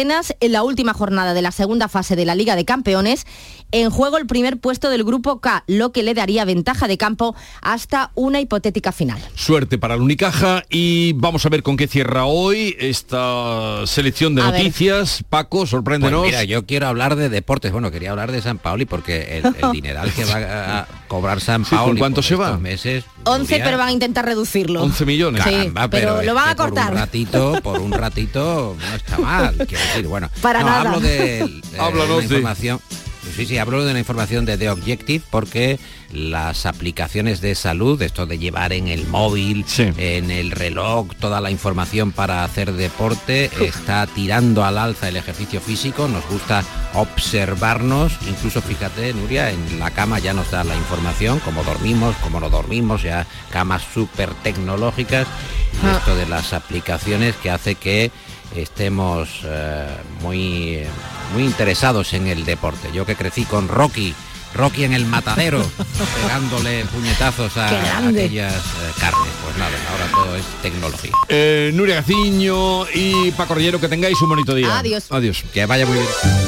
[SPEAKER 14] Arenas en la última jornada de la segunda fase de la Liga de Campeones. En juego el primer puesto del Grupo K, lo que le daría ventaja de campo hasta una hipotética final.
[SPEAKER 1] Suerte para el Unicaja y vamos a ver con qué cierra hoy esta selección de
[SPEAKER 14] A
[SPEAKER 1] noticias. Ver. Paco, sorpréndenos.
[SPEAKER 13] Pues mira, yo quiero hablar de deportes. Bueno, quería hablar de San Paoli porque el, el dineral que va a cobrar San
[SPEAKER 1] sí,
[SPEAKER 13] Paoli.
[SPEAKER 1] ¿Cuánto se va?
[SPEAKER 13] Meses,
[SPEAKER 14] once, Nuria, pero van a intentar reducirlo.
[SPEAKER 1] once millones.
[SPEAKER 14] Sí,
[SPEAKER 13] Caramba,
[SPEAKER 14] pero, pero lo van a cortar.
[SPEAKER 13] Por un ratito, por un ratito no está mal. Quiero decir, bueno.
[SPEAKER 14] Para
[SPEAKER 13] no,
[SPEAKER 14] nada.
[SPEAKER 13] Hablo de, de
[SPEAKER 1] Háblanos
[SPEAKER 13] una información. Sí, sí, hablo de una información de The Objective porque las aplicaciones de salud, esto de llevar en el móvil, sí. en el reloj, toda la información para hacer deporte, está tirando al alza el ejercicio físico, nos gusta observarnos, incluso fíjate, Nuria, en la cama ya nos da la información, cómo dormimos, cómo no dormimos, ya camas súper tecnológicas, y ah. esto de las aplicaciones que hace que estemos eh, muy, muy interesados en el deporte. Yo que crecí con Rocky, Rocky en el matadero, pegándole puñetazos a, a aquellas eh, carnes. Pues nada, ahora todo es tecnología.
[SPEAKER 1] Eh, Nuria Gaciño y Paco Rellero, que tengáis un bonito día.
[SPEAKER 14] Adiós.
[SPEAKER 1] Adiós.
[SPEAKER 13] Que vaya muy bien.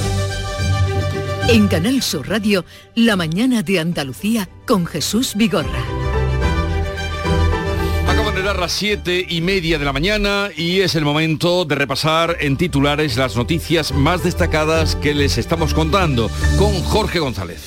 [SPEAKER 15] En Canal Sur Radio, La Mañana de Andalucía con Jesús Vigorra.
[SPEAKER 1] Acaban de dar las siete y media de la mañana y es el momento de repasar en titulares las noticias más destacadas que les estamos contando con Jorge González.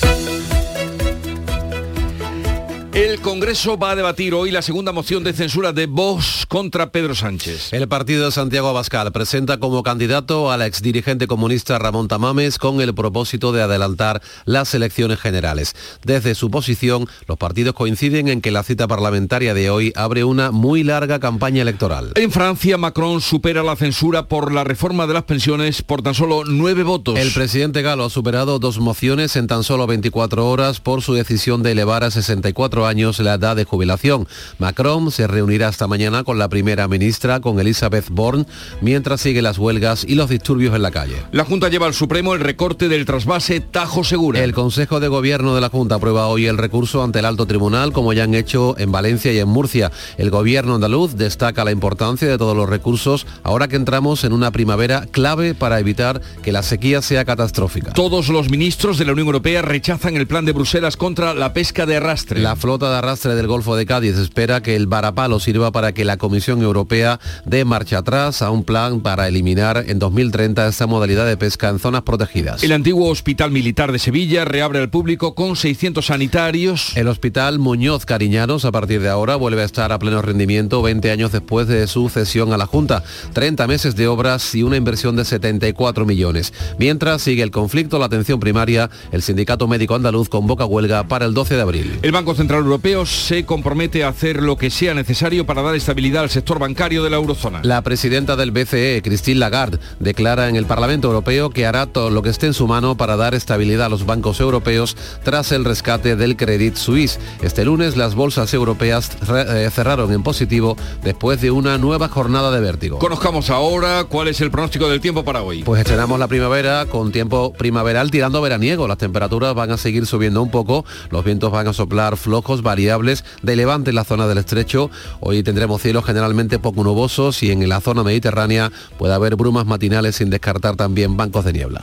[SPEAKER 1] El Congreso va a debatir hoy la segunda moción de censura de Vox contra Pedro Sánchez.
[SPEAKER 16] El partido de Santiago Abascal presenta como candidato al exdirigente comunista Ramón Tamames con el propósito de adelantar las elecciones generales. Desde su posición, los partidos coinciden en que la cita parlamentaria de hoy abre una muy larga campaña electoral.
[SPEAKER 1] En Francia, Macron supera la censura por la reforma de las pensiones por tan solo nueve votos.
[SPEAKER 16] El presidente galo ha superado dos mociones en tan solo veinticuatro horas por su decisión de elevar a sesenta y cuatro años la edad de jubilación. Macron se reunirá esta mañana con la primera ministra, con Elisabeth Borne, mientras sigue las huelgas y los disturbios en la calle.
[SPEAKER 1] La Junta lleva al Supremo el recorte del trasvase Tajo Segura.
[SPEAKER 16] El Consejo de Gobierno de la Junta aprueba hoy el recurso ante el Alto Tribunal, como ya han hecho en Valencia y en Murcia. El Gobierno andaluz destaca la importancia de todos los recursos, ahora que entramos en una primavera clave para evitar que la sequía sea catastrófica.
[SPEAKER 1] Todos los ministros de la Unión Europea rechazan el plan de Bruselas contra la pesca de arrastre.
[SPEAKER 16] La flota de arrastre del Golfo de Cádiz espera que el varapalo sirva para que la Comisión Europea dé marcha atrás a un plan para eliminar en dos mil treinta esta modalidad de pesca en zonas protegidas.
[SPEAKER 1] El antiguo Hospital Militar de Sevilla reabre al público con seiscientos sanitarios.
[SPEAKER 16] El Hospital Muñoz Cariñanos a partir de ahora vuelve a estar a pleno rendimiento veinte años después de su cesión a la Junta. treinta meses de obras y una inversión de setenta y cuatro millones. Mientras sigue el conflicto, la atención primaria, el Sindicato Médico Andaluz convoca huelga para el doce de abril.
[SPEAKER 1] El Banco Central Europeo se compromete a hacer lo que sea necesario para dar estabilidad al sector bancario de la eurozona.
[SPEAKER 16] La presidenta del B C E, Christine Lagarde, declara en el Parlamento Europeo que hará todo lo que esté en su mano para dar estabilidad a los bancos europeos tras el rescate del Credit Suisse. Este lunes las bolsas europeas cerraron en positivo después de una nueva jornada de vértigo.
[SPEAKER 1] Conozcamos ahora cuál es el pronóstico del tiempo para hoy.
[SPEAKER 16] Pues estrenamos la primavera con tiempo primaveral tirando veraniego. Las temperaturas van a seguir subiendo un poco, los vientos van a soplar flojos, variables, de levante en la zona del estrecho. Hoy tendremos cielos generalmente poco nubosos y en la zona mediterránea puede haber brumas matinales sin descartar también bancos de niebla.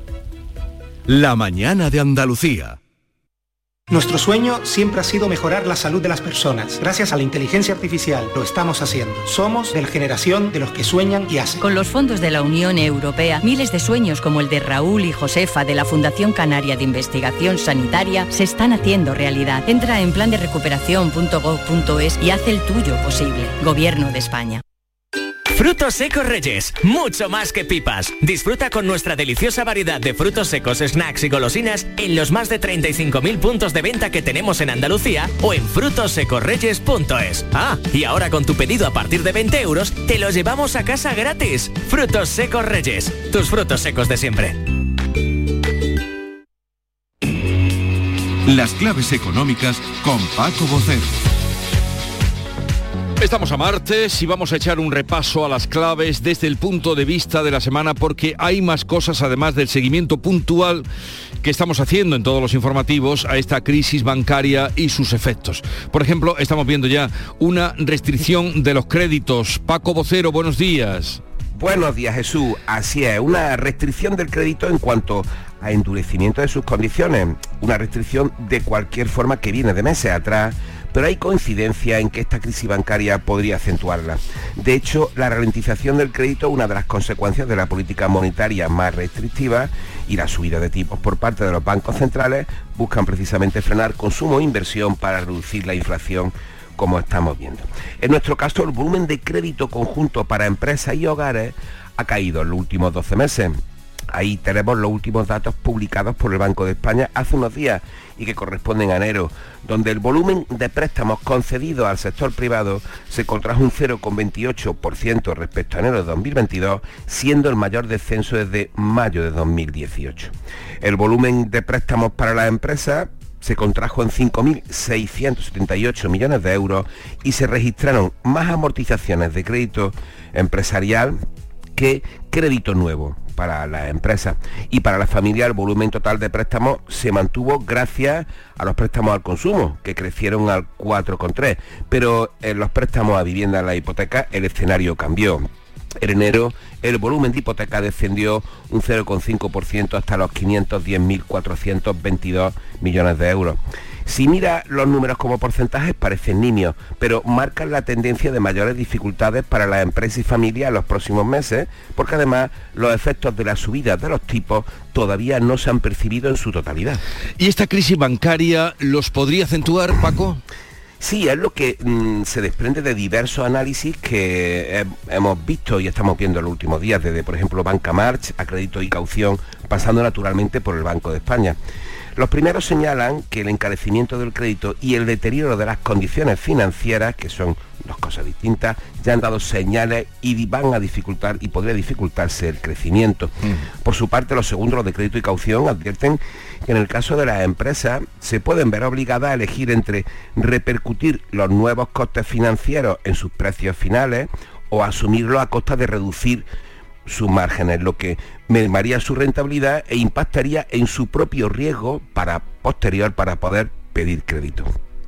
[SPEAKER 17] La mañana de Andalucía.
[SPEAKER 19] Nuestro sueño siempre ha sido mejorar la salud de las personas. Gracias a la inteligencia artificial lo estamos haciendo. Somos de la generación de los que sueñan y hacen.
[SPEAKER 20] Con los fondos de la Unión Europea, miles de sueños como el de Raúl y Josefa de la Fundación Canaria de Investigación Sanitaria se están haciendo realidad. Entra en plan de recuperación punto gob punto es y haz el tuyo posible. Gobierno de España.
[SPEAKER 22] Frutos secos Reyes, mucho más que pipas. Disfruta con nuestra deliciosa variedad de frutos secos, snacks y golosinas en los más de treinta y cinco mil puntos de venta que tenemos en Andalucía o en frutos secos reyes punto es. Ah, y ahora con tu pedido a partir de veinte euros, te los llevamos a casa gratis. Frutos secos Reyes, tus frutos secos de siempre.
[SPEAKER 17] Las claves económicas con Paco Vocero.
[SPEAKER 1] Estamos a martes y vamos a echar un repaso a las claves desde el punto de vista de la semana porque hay más cosas además del seguimiento puntual que estamos haciendo en todos los informativos a esta crisis bancaria y sus efectos. Por ejemplo, estamos viendo ya una restricción de los créditos. Paco Vocero, buenos días.
[SPEAKER 3] Buenos días, Jesús. Así es, una restricción del crédito en cuanto a endurecimiento de sus condiciones, una restricción de cualquier forma que viene de meses atrás, pero hay coincidencia en que esta crisis bancaria podría acentuarla. De hecho, la ralentización del crédito es una de las consecuencias de la política monetaria más restrictiva, y la subida de tipos por parte de los bancos centrales buscan precisamente frenar consumo e inversión para reducir la inflación, como estamos viendo. En nuestro caso, el volumen de crédito conjunto para empresas y hogares ha caído en los últimos doce meses. Ahí tenemos los últimos datos publicados por el Banco de España hace unos días y que corresponden a enero, donde el volumen de préstamos concedidos al sector privado se contrajo un cero coma veintiocho por ciento respecto a enero de dos mil veintidós, siendo el mayor descenso desde mayo de dos mil dieciocho. El volumen de préstamos para las empresas se contrajo en cinco mil seiscientos setenta y ocho millones de euros y se registraron más amortizaciones de crédito empresarial que crédito nuevo para las empresas. Y para la familia el volumen total de préstamos se mantuvo gracias a los préstamos al consumo, que crecieron al cuatro coma tres, pero en los préstamos a vivienda en la hipoteca el escenario cambió. En enero el volumen de hipoteca descendió un cero coma cinco por ciento hasta los quinientos diez mil cuatrocientos veintidós millones de euros. Si mira los números como porcentajes parecen nimios, pero marcan la tendencia de mayores dificultades para las empresas y familias en los próximos meses, porque además los efectos de la subida de los tipos todavía no se han percibido en su totalidad.
[SPEAKER 1] ¿Y esta crisis bancaria los podría acentuar, Paco?
[SPEAKER 3] Sí, es lo que mmm, se desprende de diversos análisis que eh, hemos visto y estamos viendo en los últimos días, desde, por ejemplo, Banca March a Crédito y Caución, pasando naturalmente por el Banco de España. Los primeros señalan que el encarecimiento del crédito y el deterioro de las condiciones financieras, que son dos cosas distintas, ya han dado señales y van a dificultar y podría dificultarse el crecimiento. Mm. Por su parte, los segundos, los de Crédito y Caución, advierten que en el caso de las empresas se pueden ver obligadas a elegir entre repercutir los nuevos costes financieros en sus precios finales o asumirlos a costa de reducir sus márgenes, lo que mermaría su rentabilidad e impactaría en su propio riesgo para posterior para poder pedir crédito.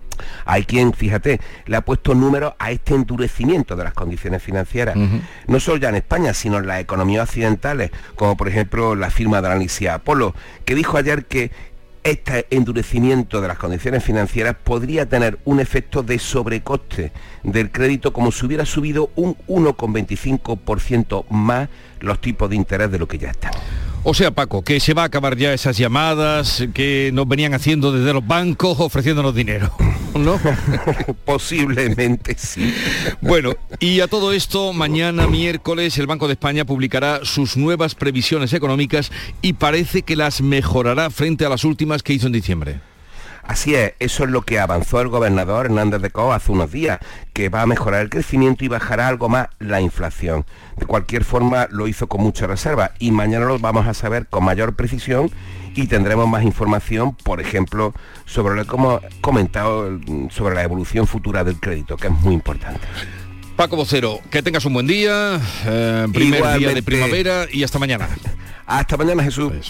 [SPEAKER 3] Hay quien, fíjate, le ha puesto números a este endurecimiento de las condiciones financieras, uh-huh. no solo ya en España, sino en las economías occidentales, como por ejemplo la firma de análisis Apolo, que dijo ayer que este endurecimiento de las condiciones financieras podría tener un efecto de sobrecoste del crédito como si hubiera subido un uno coma veinticinco por ciento más los tipos de interés de lo que ya están.
[SPEAKER 1] O sea, Paco, que se va a acabar ya esas llamadas que nos venían haciendo desde los bancos ofreciéndonos dinero, ¿no?
[SPEAKER 3] Posiblemente sí.
[SPEAKER 1] Bueno, y a todo esto, mañana miércoles el Banco de España publicará sus nuevas previsiones económicas y parece que las mejorará frente a las últimas que hizo en diciembre.
[SPEAKER 3] Así es, eso es lo que avanzó el gobernador Hernández de Cos hace unos días, que va a mejorar el crecimiento y bajará algo más la inflación. De cualquier forma, lo hizo con mucha reserva y mañana lo vamos a saber con mayor precisión y tendremos más información, por ejemplo, sobre lo que hemos comentado sobre la evolución futura del crédito, que es muy importante.
[SPEAKER 1] Paco Vocero, que tengas un buen día, eh, primer Igualmente. día de primavera y hasta mañana.
[SPEAKER 3] Hasta mañana, Jesús.
[SPEAKER 1] Pues.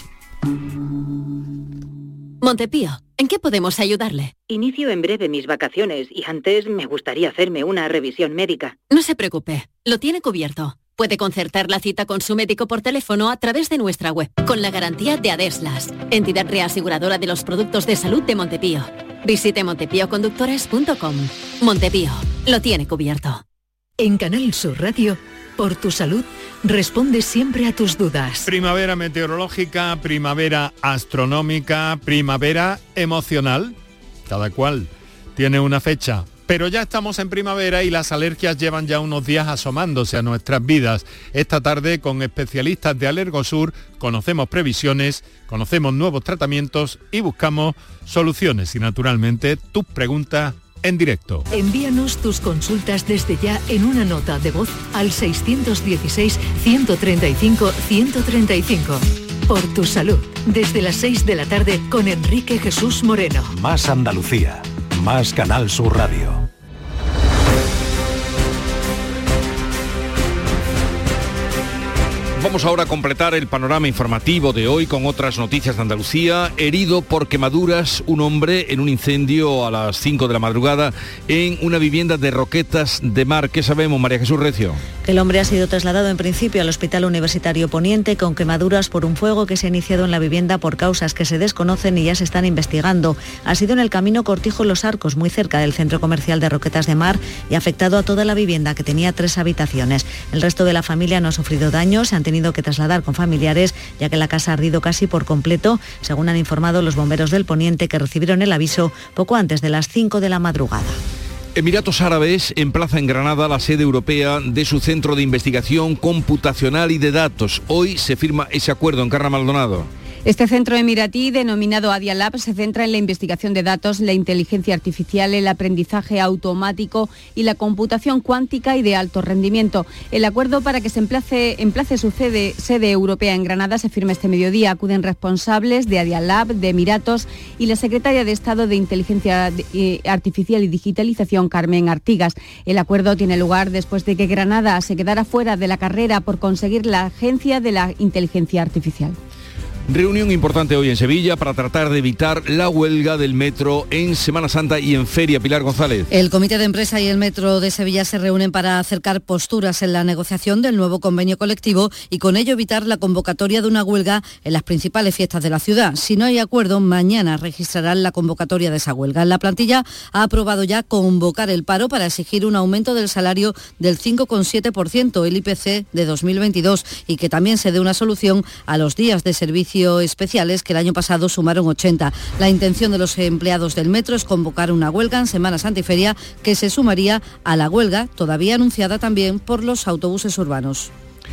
[SPEAKER 4] Montepío, ¿en qué podemos ayudarle?
[SPEAKER 5] Inicio en breve mis vacaciones y antes me gustaría hacerme una revisión médica.
[SPEAKER 4] No se preocupe, lo tiene cubierto. Puede concertar la cita con su médico por teléfono a través de nuestra web, con la garantía de Adeslas, entidad reaseguradora de los productos de salud de Montepío. Visite montepío conductores punto com. Montepío, lo tiene cubierto.
[SPEAKER 15] En Canal Sur Radio, por tu salud, responde siempre a tus dudas.
[SPEAKER 6] Primavera meteorológica, primavera astronómica, primavera emocional. Cada cual tiene una fecha. Pero ya estamos en primavera y las alergias llevan ya unos días asomándose a nuestras vidas. Esta tarde, con especialistas de Alergosur, conocemos previsiones, conocemos nuevos tratamientos y buscamos soluciones. Y naturalmente, tus preguntas en directo.
[SPEAKER 15] Envíanos tus consultas desde ya en una nota de voz al seiscientos dieciséis, ciento treinta y cinco, ciento treinta y cinco. Por tu salud, desde las seis de la tarde con Enrique Jesús Moreno.
[SPEAKER 7] Más Andalucía, más Canal Sur Radio.
[SPEAKER 1] Vamos ahora a completar el panorama informativo de hoy con otras noticias de Andalucía. Herido por quemaduras un hombre en un incendio a las cinco de la madrugada en una vivienda de Roquetas de Mar. ¿Qué sabemos, María Jesús Recio?
[SPEAKER 8] que el hombre ha sido trasladado en principio al Hospital Universitario Poniente con quemaduras por un fuego que se ha iniciado en la vivienda por causas que se desconocen y ya se están investigando. Ha sido en el camino Cortijo Los Arcos, muy cerca del centro comercial de Roquetas de Mar, y ha afectado a toda la vivienda, que tenía tres habitaciones. El resto de la familia no ha sufrido daños, se han tenido que trasladar con familiares, ya que la casa ha ardido casi por completo, según han informado los bomberos del Poniente, que recibieron el aviso poco antes de las cinco de la madrugada.
[SPEAKER 1] Emiratos Árabes emplaza en Granada la sede europea de su Centro de Investigación Computacional y de Datos. Hoy se firma ese acuerdo. En Encarna Maldonado.
[SPEAKER 9] Este centro emiratí, denominado Adia Lab, se centra en la investigación de datos, la inteligencia artificial, el aprendizaje automático y la computación cuántica y de alto rendimiento. El acuerdo para que se emplace, emplace su sede, sede europea en Granada se firma este mediodía. Acuden responsables de Adia Lab, de Emiratos, y la secretaria de Estado de Inteligencia Artificial y Digitalización, Carmen Artigas. El acuerdo tiene lugar después de que Granada se quedara fuera de la carrera por conseguir la Agencia de la Inteligencia Artificial.
[SPEAKER 1] Reunión importante hoy en Sevilla para tratar de evitar la huelga del metro en Semana Santa y en Feria. Pilar González.
[SPEAKER 10] El Comité de Empresa y el Metro de Sevilla se reúnen para acercar posturas en la negociación del nuevo convenio colectivo y con ello evitar la convocatoria de una huelga en las principales fiestas de la ciudad. Si no hay acuerdo, mañana registrarán la convocatoria de esa huelga. La plantilla ha aprobado ya convocar el paro para exigir un aumento del salario del cinco coma siete por ciento, el I P C de dos mil veintidós, y que también se dé una solución a los días de servicio especiales, que el año pasado sumaron ochenta. La intención de los empleados del metro es convocar una huelga en Semana Santa y Feria, que se sumaría a la huelga todavía anunciada también por los autobuses urbanos.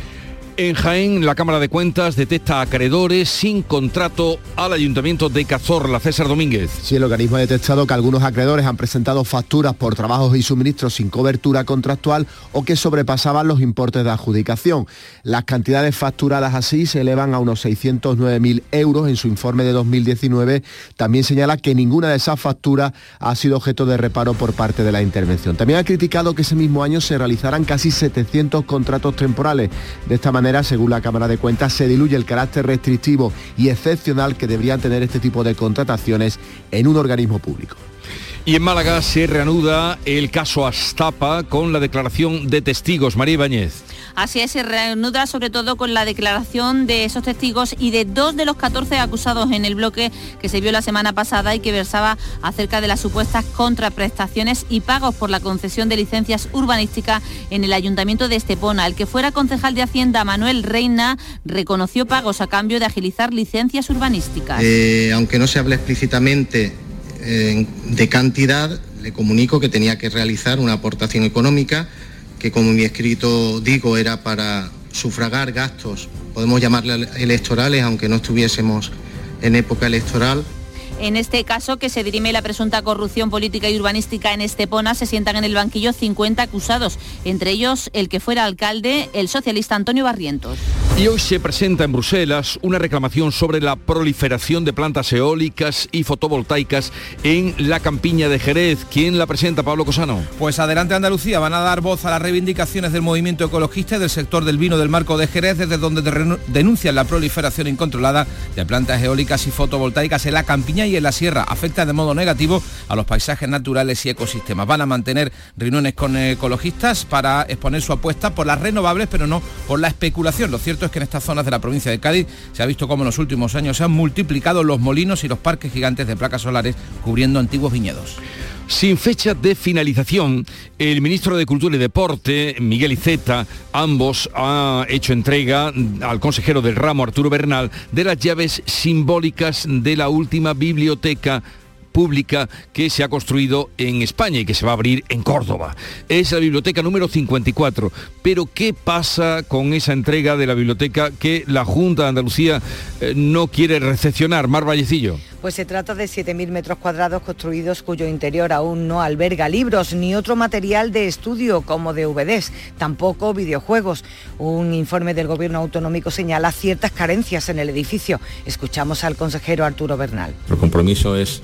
[SPEAKER 1] En Jaén, la Cámara de Cuentas detecta acreedores sin contrato al Ayuntamiento de Cazorla. César Domínguez.
[SPEAKER 11] Sí, el organismo ha detectado que algunos acreedores han presentado facturas por trabajos y suministros sin cobertura contractual o que sobrepasaban los importes de adjudicación. Las cantidades facturadas así se elevan a unos seiscientos nueve mil euros. En su informe de dos mil diecinueve también señala que ninguna de esas facturas ha sido objeto de reparo por parte de la intervención. También ha criticado que ese mismo año se realizaran casi setecientos contratos temporales. De esta manera, según la Cámara de Cuentas, se diluye el carácter restrictivo y excepcional que deberían tener este tipo de contrataciones en un organismo público.
[SPEAKER 1] Y en Málaga se reanuda el caso Astapa con la declaración de testigos. María Ibáñez.
[SPEAKER 12] Así es, se reanuda sobre todo con la declaración de esos testigos y de dos de los catorce acusados en el bloque que se vio la semana pasada y que versaba acerca de las supuestas contraprestaciones y pagos por la concesión de licencias urbanísticas en el Ayuntamiento de Estepona. El que fuera concejal de Hacienda, Manuel Reina, reconoció pagos a cambio de agilizar licencias urbanísticas.
[SPEAKER 24] Eh, aunque no se hable explícitamente eh, de cantidad, le comunico que tenía que realizar una aportación económica que, como en mi escrito digo, era para sufragar gastos, podemos llamarle electorales, aunque no estuviésemos en época electoral.
[SPEAKER 12] En este caso, que se dirime la presunta corrupción política y urbanística en Estepona, se sientan en el banquillo cincuenta acusados, entre ellos el que fuera alcalde, el socialista Antonio Barrientos.
[SPEAKER 1] Y hoy se presenta en Bruselas una reclamación sobre la proliferación de plantas eólicas y fotovoltaicas en la campiña de Jerez. ¿Quién la presenta, Pablo Cosano?
[SPEAKER 26] Pues Adelante Andalucía van a dar voz a las reivindicaciones del movimiento ecologista y del sector del vino del Marco de Jerez, desde donde denuncian la proliferación incontrolada de plantas eólicas y fotovoltaicas en la campiña y en la sierra. Afecta de modo negativo a los paisajes naturales y ecosistemas. Van a mantener reuniones con ecologistas para exponer su apuesta por las renovables, pero no por la especulación. Lo cierto es que en estas zonas de la provincia de Cádiz se ha visto cómo en los últimos años se han multiplicado los molinos y los parques gigantes de placas solares cubriendo antiguos viñedos.
[SPEAKER 1] Sin fecha de finalización, el ministro de Cultura y Deporte, Miguel Iceta, ambos ha hecho entrega al consejero del ramo, Arturo Bernal, de las llaves simbólicas de la última biblioteca pública que se ha construido en España y que se va a abrir en Córdoba. Es la biblioteca número cincuenta y cuatro. Pero ¿qué pasa con esa entrega de la biblioteca que la Junta de Andalucía eh, no quiere recepcionar? Mar Vallecillo.
[SPEAKER 28] Pues se trata de siete mil metros cuadrados construidos cuyo interior aún no alberga libros ni otro material de estudio como D V Ds, tampoco videojuegos. Un informe del Gobierno autonómico señala ciertas carencias en el edificio. Escuchamos al consejero Arturo Bernal.
[SPEAKER 29] Nuestro compromiso es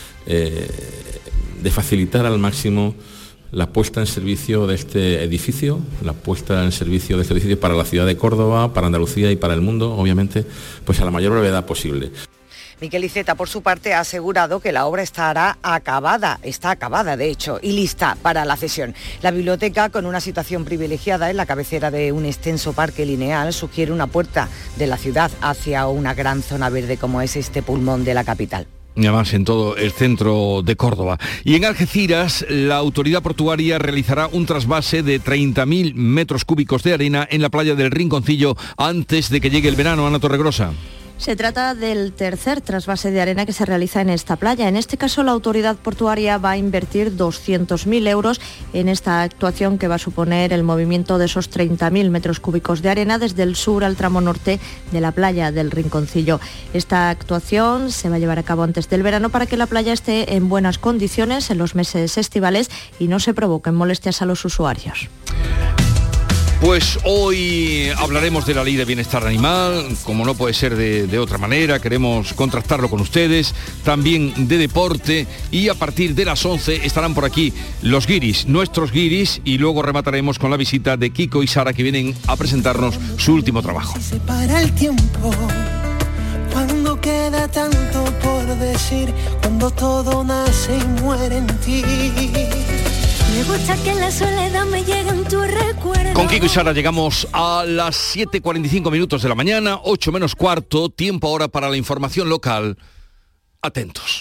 [SPEAKER 29] eh, de facilitar al máximo la puesta en servicio de este edificio, la puesta en servicio de este edificio para la ciudad de Córdoba, para Andalucía y para el mundo, obviamente, pues a la mayor brevedad posible.
[SPEAKER 28] Miquel Iceta, por su parte, ha asegurado que la obra estará acabada, está acabada de hecho, y lista para la cesión. La biblioteca, con una situación privilegiada en la cabecera de un extenso parque lineal, sugiere una puerta de la ciudad hacia una gran zona verde como es este pulmón de la capital.
[SPEAKER 1] Y además en todo el centro de Córdoba. Y en Algeciras, la autoridad portuaria realizará un trasvase de treinta mil metros cúbicos de arena en la playa del Rinconcillo antes de que llegue el verano. Ana Torregrosa.
[SPEAKER 2] Se trata del tercer trasvase de arena que se realiza en esta playa. En este caso, la autoridad portuaria va a invertir doscientos mil euros en esta actuación que va a suponer el movimiento de esos treinta mil metros cúbicos de arena desde el sur al tramo norte de la playa del Rinconcillo. Esta actuación se va a llevar a cabo antes del verano para que la playa esté en buenas condiciones en los meses estivales y no se provoquen molestias a los usuarios.
[SPEAKER 1] Pues hoy hablaremos de la Ley de Bienestar Animal, como no puede ser de, de otra manera, queremos contrastarlo con ustedes, también de deporte, y a partir de las once estarán por aquí los guiris, nuestros guiris, y luego remataremos con la visita de Kiko y Sara, que vienen a presentarnos su último trabajo.
[SPEAKER 13] Se para el tiempo, cuando queda tanto por decir, cuando todo nace y muere en ti.
[SPEAKER 14] Me gusta que la soledad me llegue en tu recuerdo.
[SPEAKER 1] Con Kiko y Sara llegamos a las siete y cuarenta y cinco minutos de la mañana, ocho menos cuarto, tiempo ahora para la información local. Atentos.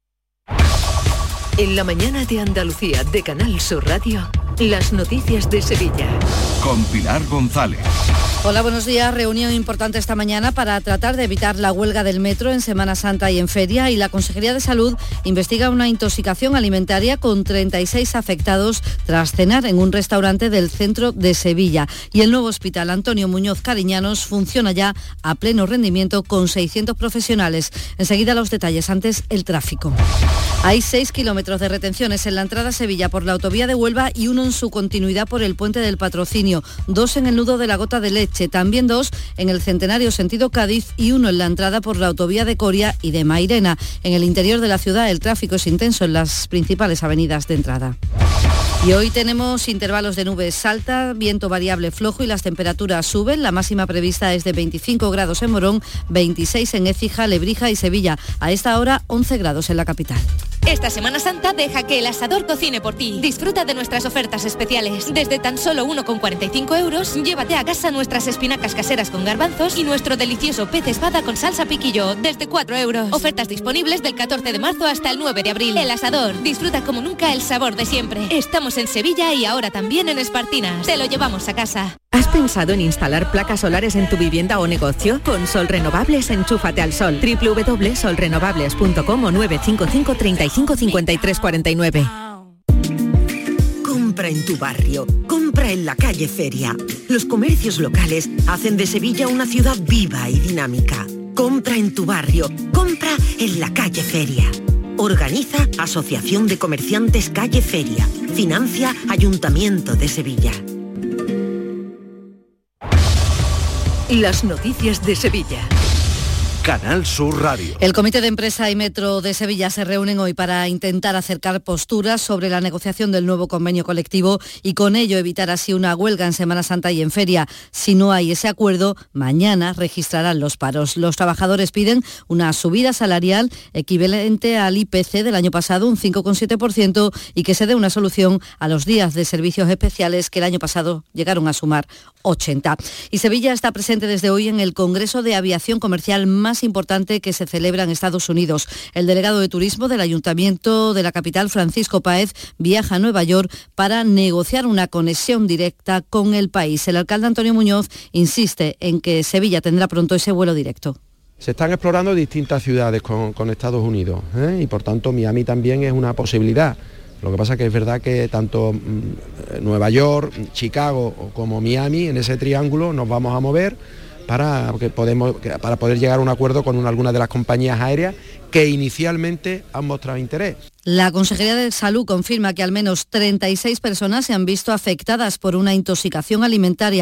[SPEAKER 15] En la mañana de Andalucía de Canal Sur Radio, las noticias de Sevilla.
[SPEAKER 17] Con Pilar González.
[SPEAKER 10] Hola, buenos días. Reunión importante esta mañana para tratar de evitar la huelga del metro en Semana Santa y en feria, y la Consejería de Salud investiga una intoxicación alimentaria con treinta y seis afectados tras cenar en un restaurante del centro de Sevilla. Y el nuevo hospital Antonio Muñoz Cariñanos funciona ya a pleno rendimiento con seiscientos profesionales. Enseguida los detalles, antes el tráfico. Hay seis kilómetros de retenciones en la entrada a Sevilla por la autovía de Huelva y uno en su continuidad por el puente del Patrocinio, dos en el nudo de la Gota de Leche, también dos en el Centenario sentido Cádiz y uno en la entrada por la autovía de Coria y de Mairena. En el interior de la ciudad el tráfico es intenso en las principales avenidas de entrada. Y hoy tenemos intervalos de nubes alta, viento variable flojo y las temperaturas suben. La máxima prevista es de veinticinco grados en Morón, veintiséis en Écija, Lebrija y Sevilla. A esta hora once grados en la capital.
[SPEAKER 16] Esta Semana Santa deja que el asador cocine por ti. Disfruta de nuestras ofertas especiales. Desde tan solo uno con cuarenta y cinco euros, llévate a casa nuestras espinacas caseras con garbanzos y nuestro delicioso pez espada con salsa piquillo, desde cuatro euros. Ofertas disponibles del catorce de marzo hasta el nueve de abril. El asador, disfruta como nunca el sabor de siempre. Estamos en Sevilla y ahora también en Espartinas. Te lo llevamos a casa.
[SPEAKER 18] ¿Has pensado en instalar placas solares en tu vivienda o negocio? Con Sol Renovables, enchúfate al sol. doble u doble u doble u punto sol renovables punto com o nueve cinco cinco, treinta y cinco, cincuenta y tres cuarenta y nueve.
[SPEAKER 21] Compra en tu barrio, compra en la calle Feria. Los comercios locales hacen de Sevilla una ciudad viva y dinámica. Compra en tu barrio, compra en la calle Feria. Organiza Asociación de Comerciantes Calle Feria. Financia Ayuntamiento de Sevilla.
[SPEAKER 15] Las noticias de Sevilla.
[SPEAKER 7] Canal Sur Radio.
[SPEAKER 10] El Comité de Empresa y Metro de Sevilla se reúnen hoy para intentar acercar posturas sobre la negociación del nuevo convenio colectivo y con ello evitar así una huelga en Semana Santa y en feria. Si no hay ese acuerdo, mañana registrarán los paros. Los trabajadores piden una subida salarial equivalente al I P C del año pasado, un cinco coma siete por ciento, y que se dé una solución a los días de servicios especiales que el año pasado llegaron a sumar ochenta. Y Sevilla está presente desde hoy en el Congreso de Aviación Comercial más importante que se celebra en Estados Unidos. El delegado de Turismo del Ayuntamiento de la capital, Francisco Páez, viaja a Nueva York para negociar una conexión directa con el país. El alcalde Antonio Muñoz insiste en que Sevilla tendrá pronto ese vuelo directo.
[SPEAKER 23] Se están explorando distintas ciudades con, con Estados Unidos, ¿eh? Y por tanto Miami también es una posibilidad. Lo que pasa es que es verdad que tanto mmm, Nueva York, Chicago como Miami, en ese triángulo nos vamos a mover para, que podemos, para poder llegar a un acuerdo con una, alguna de las compañías aéreas que inicialmente han mostrado interés.
[SPEAKER 10] La Consejería de Salud confirma que al menos treinta y seis personas se han visto afectadas por una intoxicación alimentaria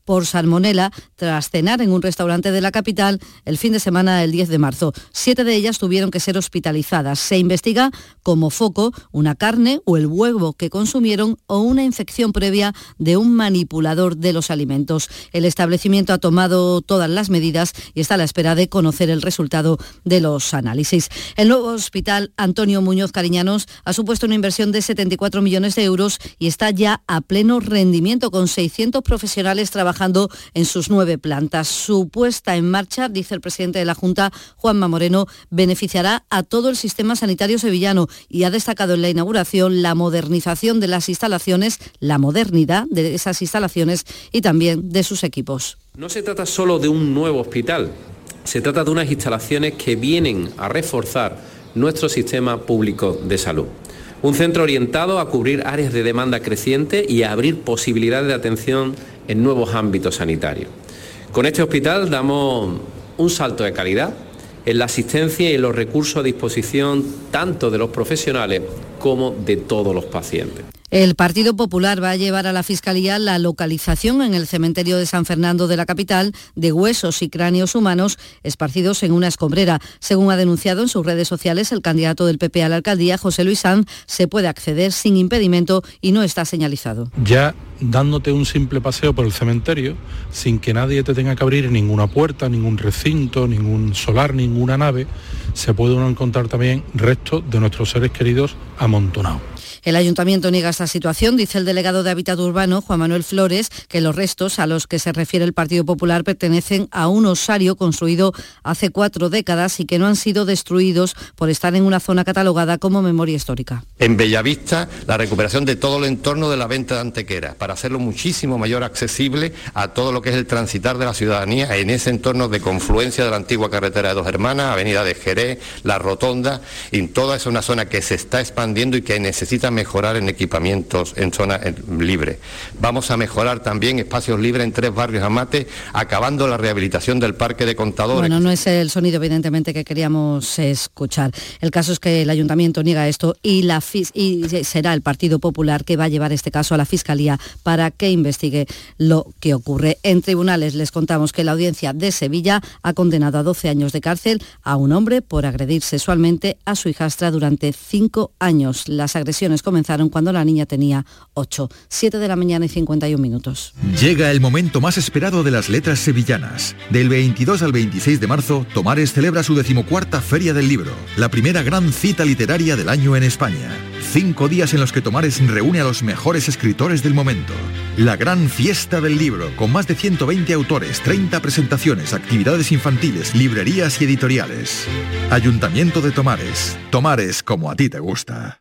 [SPEAKER 10] por salmonela tras cenar en un restaurante de la capital el fin de semana del diez de marzo. Siete de ellas tuvieron que ser hospitalizadas. Se investiga como foco una carne o el huevo que consumieron o una infección previa de un manipulador de los alimentos. El establecimiento ha tomado todas las medidas y está a la espera de conocer el resultado de los análisis. El nuevo hospital Antonio Muñoz Cariñanos ha supuesto una inversión de setenta y cuatro millones de euros y está ya a pleno rendimiento con seiscientos profesionales trabajando en sus nueve plantas. Su puesta en marcha, dice el presidente de la Junta, Juanma Moreno, beneficiará a todo el sistema sanitario sevillano y ha destacado en la inauguración la modernización de las instalaciones, la modernidad de esas instalaciones y también de sus equipos.
[SPEAKER 3] No se trata solo de un nuevo hospital, se trata de unas instalaciones que vienen a reforzar nuestro sistema público de salud. Un centro orientado a cubrir áreas de demanda creciente y a abrir posibilidades de atención en nuevos ámbitos sanitarios. Con este hospital damos un salto de calidad en la asistencia y en los recursos a disposición tanto de los profesionales como de todos los pacientes.
[SPEAKER 10] El Partido Popular va a llevar a la Fiscalía la localización en el cementerio de San Fernando de la capital de huesos y cráneos humanos esparcidos en una escombrera. Según ha denunciado en sus redes sociales el candidato del P P a la alcaldía, José Luis Sanz, se puede acceder sin impedimento y no está señalizado.
[SPEAKER 4] Ya dándote un simple paseo por el cementerio, sin que nadie te tenga que abrir ninguna puerta, ningún recinto, ningún solar, ninguna nave, se puede uno encontrar también restos de nuestros seres queridos amontonados.
[SPEAKER 10] El ayuntamiento niega esta situación, dice el delegado de Hábitat Urbano, Juan Manuel Flores, que los restos a los que se refiere el Partido Popular pertenecen a un osario construido hace cuatro décadas y que no han sido destruidos por estar en una zona catalogada como memoria histórica.
[SPEAKER 5] En Bellavista, la recuperación de todo el entorno de la venta de Antequera, para hacerlo muchísimo mayor accesible a todo lo que es el transitar de la ciudadanía en ese entorno de confluencia de la antigua carretera de Dos Hermanas, Avenida de Jerez, La Rotonda, y en toda esa una zona que se está expandiendo y que necesita mejorar en equipamientos en zona libre. Vamos a mejorar también espacios libres en tres barrios Amate, acabando la rehabilitación del Parque de Contadores.
[SPEAKER 10] Bueno, no es el sonido evidentemente que queríamos escuchar. El caso es que el ayuntamiento niega esto y, la y será el Partido Popular que va a llevar este caso a la Fiscalía para que investigue lo que ocurre. En tribunales les contamos que la audiencia de Sevilla ha condenado a doce años de cárcel a un hombre por agredir sexualmente a su hijastra durante cinco años. Las agresiones comenzaron cuando la niña tenía ocho, siete de la mañana y cincuenta y un minutos.
[SPEAKER 6] Llega el momento más esperado de las letras sevillanas. Del veintidós al veintiséis de marzo, Tomares celebra su decimocuarta Feria del Libro, la primera gran cita literaria del año en España. Cinco días en los que Tomares reúne a los mejores escritores del momento. La gran fiesta del libro, con más de ciento veinte autores, treinta presentaciones, actividades infantiles, librerías y editoriales. Ayuntamiento de Tomares. Tomares como a ti te gusta.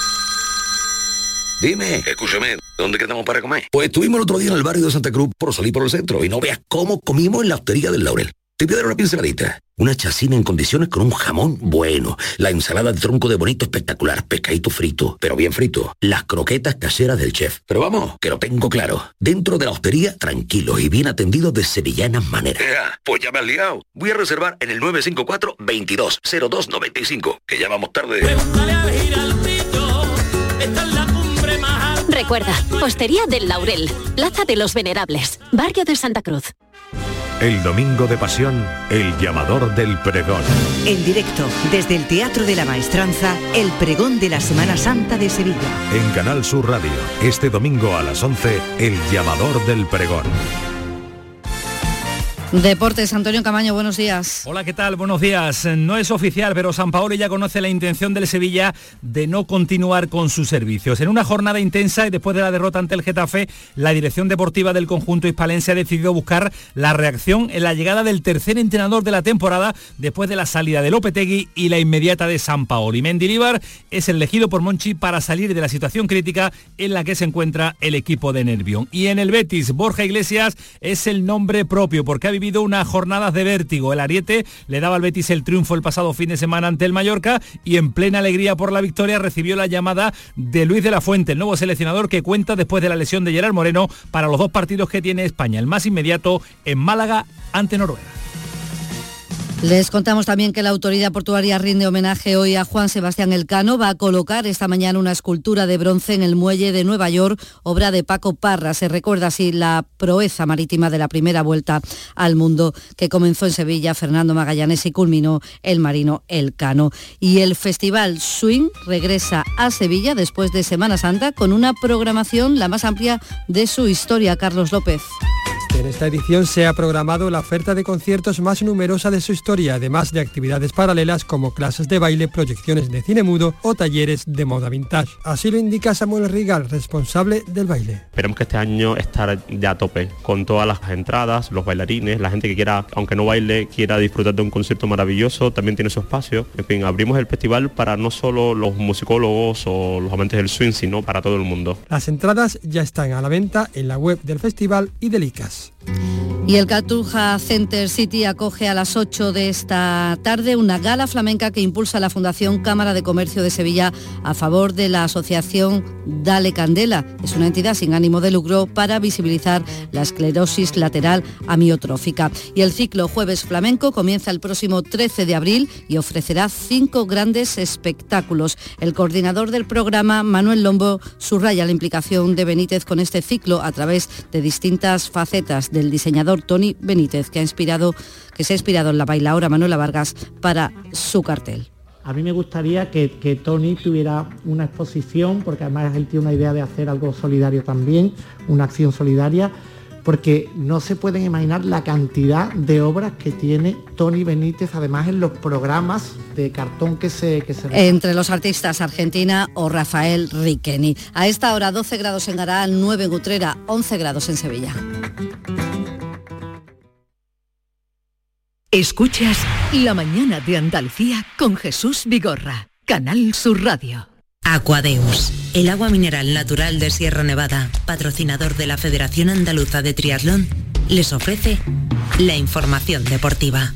[SPEAKER 19] Dime, escúchame, ¿dónde quedamos para comer? Pues estuvimos el otro día en el barrio de Santa Cruz por salir por el centro y no veas cómo comimos en la hostería del Laurel. Te voy a dar una pinceladita. Una chacina en condiciones con un jamón bueno. La ensalada de tronco de bonito espectacular. Pescadito frito, pero bien frito. Las croquetas caseras del chef. Pero vamos, que lo tengo claro. Dentro de la hostería, tranquilos y bien atendidos de sevillanas maneras. Ea, pues ya me has liado. Voy a reservar en el nueve cinco cuatro, veintidós, cero dos noventa y cinco, que ya vamos tarde.
[SPEAKER 20] Recuerda, Hostería del Laurel, Plaza de los Venerables, Barrio de Santa Cruz.
[SPEAKER 7] El domingo de Pasión, el llamador del pregón.
[SPEAKER 22] En directo, desde el Teatro de la Maestranza, el pregón de la Semana Santa de Sevilla.
[SPEAKER 7] En Canal Sur Radio, este domingo a las once, el llamador del pregón.
[SPEAKER 10] Deportes, Antonio Camaño, buenos días.
[SPEAKER 26] Hola, ¿qué tal? Buenos días. No es oficial, pero Sampaoli ya conoce la intención del Sevilla de no continuar con sus servicios. En una jornada intensa y después de la derrota ante el Getafe, la dirección deportiva del conjunto hispalense ha decidido buscar la reacción en la llegada del tercer entrenador de la temporada después de la salida de Lopetegui y la inmediata de Sampaoli. Mendilibar es elegido por Monchi para salir de la situación crítica en la que se encuentra el equipo de Nervión. Y en el Betis, Borja Iglesias es el nombre propio porque ha vivido unas jornadas de vértigo. El ariete le daba al Betis el triunfo el pasado fin de semana ante el Mallorca y en plena alegría por la victoria recibió la llamada de Luis de la Fuente, el nuevo seleccionador que cuenta después de la lesión de Gerard Moreno para los dos partidos que tiene España, el más inmediato en Málaga ante Noruega.
[SPEAKER 10] Les contamos también que la autoridad portuaria rinde homenaje hoy a Juan Sebastián Elcano. Va a colocar esta mañana una escultura de bronce en el muelle de Nueva York, obra de Paco Parra. Se recuerda así la proeza marítima de la primera vuelta al mundo que comenzó en Sevilla Fernando Magallanes y culminó el marino Elcano. Y el Festival Swing regresa a Sevilla después de Semana Santa con una programación la más amplia de su historia. Carlos López.
[SPEAKER 8] En esta edición se ha programado la oferta de conciertos más numerosa de su historia, además de actividades paralelas como clases de baile, proyecciones de cine mudo o talleres de moda vintage. Así lo indica Samuel Rigal, responsable del baile.
[SPEAKER 9] Esperemos que este año estar ya a tope, con todas las entradas, los bailarines, la gente que quiera, aunque no baile, quiera disfrutar de un concierto maravilloso, también tiene su espacio. En fin, abrimos el festival para no solo los musicólogos o los amantes del swing, sino para todo el mundo.
[SPEAKER 8] Las entradas ya están a la venta en la web del festival y del I C A S.
[SPEAKER 10] Y el Cartuja Center City acoge a las ocho de esta tarde una gala flamenca que impulsa la Fundación Cámara de Comercio de Sevilla a favor de la asociación Dale Candela. Es una entidad sin ánimo de lucro para visibilizar la esclerosis lateral amiotrófica. Y el ciclo Jueves Flamenco comienza el próximo trece de abril y ofrecerá cinco grandes espectáculos. El coordinador del programa, Manuel Lombo, subraya la implicación de Benítez con este ciclo a través de distintas facetas del diseñador Tony Benítez, que ha inspirado, que se ha inspirado en la bailaora Manuela Vargas para su cartel.
[SPEAKER 11] A mí me gustaría que, que Tony tuviera una exposición, porque además él tiene una idea de hacer algo solidario también, una acción solidaria, porque no se pueden imaginar la cantidad de obras que tiene Tony Benítez, además en los programas de cartón que se... Que se...
[SPEAKER 10] Entre los artistas Argentina o Rafael Riqueni. A esta hora doce grados en Aral, nueve en Utrera, once grados en Sevilla.
[SPEAKER 15] Escuchas La Mañana de Andalucía con Jesús Vigorra, Canal Sur Radio.
[SPEAKER 12] Aquadeus, el agua mineral natural de Sierra Nevada, patrocinador de la Federación Andaluza de Triatlón, les ofrece la información deportiva.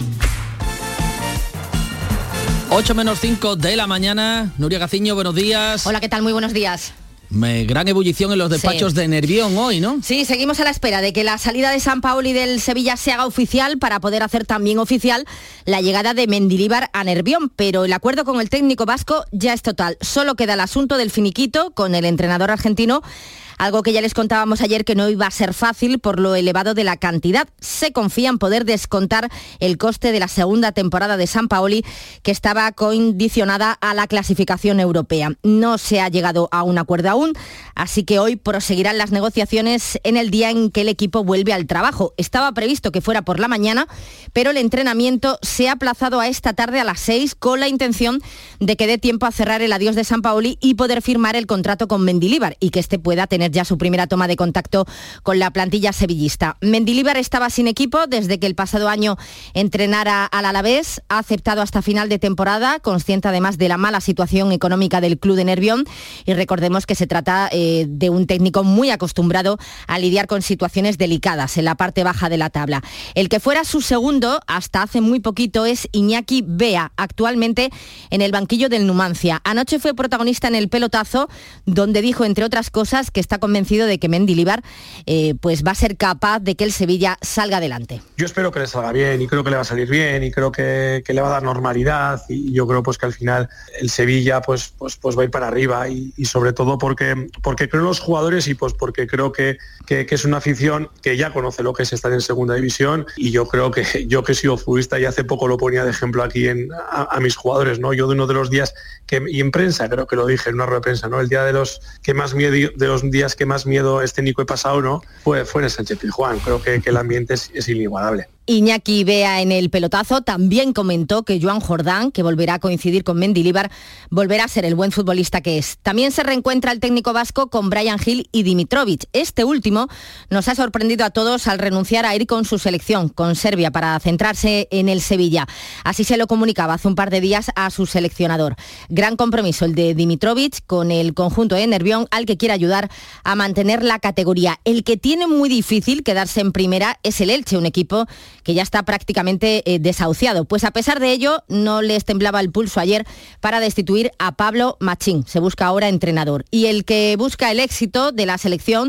[SPEAKER 24] ocho menos cinco de la mañana. Nuria Gaciño, buenos días.
[SPEAKER 25] Hola, ¿qué tal? Muy buenos días.
[SPEAKER 24] Me, gran ebullición en los despachos sí. de Nervión hoy, ¿no?
[SPEAKER 25] Sí, seguimos a la espera de que la salida de Sampaoli del Sevilla se haga oficial para poder hacer también oficial la llegada de Mendilibar a Nervión, pero el acuerdo con el técnico vasco ya es total. Solo queda el asunto del finiquito con el entrenador argentino, algo que ya les contábamos ayer que no iba a ser fácil por lo elevado de la cantidad. Se confía en poder descontar el coste de la segunda temporada de Sampaoli, que estaba condicionada a la clasificación europea. No se ha llegado a un acuerdo aún, así que hoy proseguirán las negociaciones en el día en que el equipo vuelve al trabajo. Estaba previsto que fuera por la mañana, pero el entrenamiento se ha aplazado a esta tarde a las seis con la intención de que dé tiempo a cerrar el adiós de Sampaoli y poder firmar el contrato con Mendilibar y que este pueda tener ya su primera toma de contacto con la plantilla sevillista. Mendilibar estaba sin equipo desde que el pasado año entrenara al Alavés, ha aceptado hasta final de temporada, consciente además de la mala situación económica del club de Nervión, y recordemos que se trata eh, de un técnico muy acostumbrado a lidiar con situaciones delicadas en la parte baja de la tabla. El que fuera su segundo hasta hace muy poquito es Iñaki Bea, actualmente en el banquillo del Numancia. Anoche fue protagonista en el pelotazo, donde dijo, entre otras cosas, que está convencido de que Mendilibar eh, pues va a ser capaz de que el Sevilla salga adelante.
[SPEAKER 27] Yo espero que le salga bien y creo que le va a salir bien y creo que, que le va a dar normalidad, y yo creo pues que al final el Sevilla pues, pues, pues va a ir para arriba, y, y sobre todo porque, porque creo en los jugadores y pues porque creo que, que, que es una afición que ya conoce lo que es estar en segunda división, y yo creo que yo que he sido futbolista y hace poco lo ponía de ejemplo aquí en, a, a mis jugadores, ¿no? Yo de uno de los días que, y en prensa creo que lo dije en una rueda de prensa, ¿no? El día de los que más miedo, de los días que más miedo escénico he pasado, ¿no? Fue, fue en el Sánchez Pizjuán. Creo que, que el ambiente es, es inigualable.
[SPEAKER 25] Iñaki Bea en el pelotazo también comentó que Joan Jordán, que volverá a coincidir con Mendilibar, volverá a ser el buen futbolista que es. También se reencuentra el técnico vasco con Brian Hill y Dimitrovic. Este último nos ha sorprendido a todos al renunciar a ir con su selección, con Serbia, para centrarse en el Sevilla. Así se lo comunicaba hace un par de días a su seleccionador. Gran compromiso el de Dimitrovic con el conjunto de Nervión, al que quiere ayudar a mantener la categoría. El que tiene muy difícil quedarse en primera es el Elche, un equipo que ya está prácticamente eh, desahuciado. Pues a pesar de ello, no les temblaba el pulso ayer para destituir a Pablo Machín. Se busca ahora entrenador. Y el que busca el éxito de la selección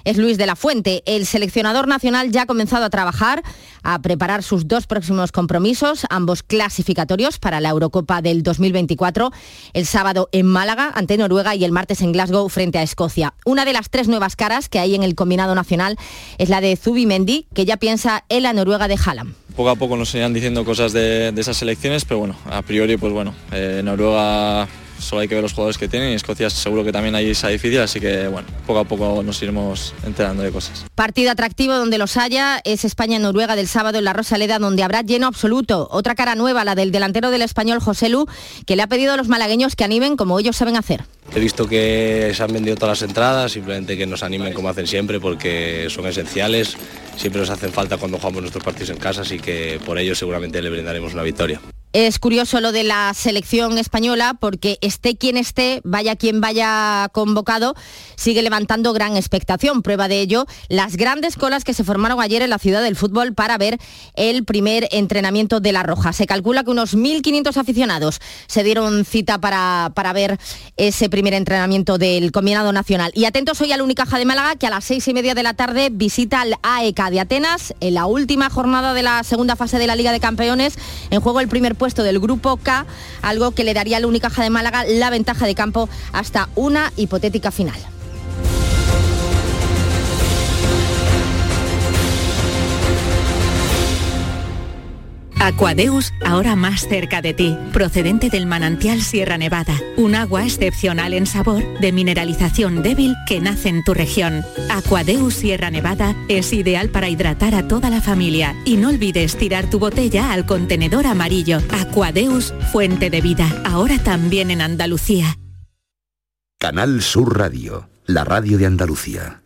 [SPEAKER 25] es Luis de la Fuente. El seleccionador nacional ya ha comenzado a trabajar, a preparar sus dos próximos compromisos, ambos clasificatorios para la Eurocopa del dos mil veinticuatro, el sábado en Málaga ante Noruega y el martes en Glasgow frente a Escocia. Una de las tres nuevas caras que hay en el combinado nacional es la de Zubimendi, que ya piensa en la Noruega de Haaland.
[SPEAKER 1] Poco a poco nos irán diciendo cosas de, de esas selecciones, pero bueno, a priori pues bueno, eh, Noruega solo hay que ver los jugadores que tienen y Escocia seguro que también hay esa difícil, así que bueno, poco a poco nos iremos enterando de cosas.
[SPEAKER 25] Partido atractivo donde los haya es España-Noruega del sábado en la Rosaleda, donde habrá lleno absoluto. Otra cara nueva, la del delantero del Español José Lu, que le ha pedido a los malagueños que animen como ellos saben hacer.
[SPEAKER 2] He visto que se han vendido todas las entradas, simplemente que nos animen como hacen siempre porque son esenciales, siempre nos hacen falta cuando jugamos nuestros partidos en casa, así que por ello seguramente le brindaremos una victoria.
[SPEAKER 25] Es curioso lo de la selección española porque esté quien esté, vaya quien vaya convocado, sigue levantando gran expectación. Prueba de ello, las grandes colas que se formaron ayer en la ciudad del fútbol para ver el primer entrenamiento de La Roja. Se calcula que unos mil quinientos aficionados se dieron cita para, para ver ese primer entrenamiento del combinado nacional. Y atentos hoy al Unicaja de Málaga, que a las seis y media de la tarde visita al A E K de Atenas en la última jornada de la segunda fase de la Liga de Campeones. En juego el primer puesto del grupo K, algo que le daría al Unicaja de Málaga la ventaja de campo hasta una hipotética final.
[SPEAKER 13] Aquadeus, ahora más cerca de ti, procedente del manantial Sierra Nevada, un agua excepcional en sabor, de mineralización débil que nace en tu región. Aquadeus Sierra Nevada es ideal para hidratar a toda la familia y no olvides tirar tu botella al contenedor amarillo. Aquadeus, fuente de vida, ahora también en Andalucía.
[SPEAKER 7] Canal Sur Radio, la radio de Andalucía.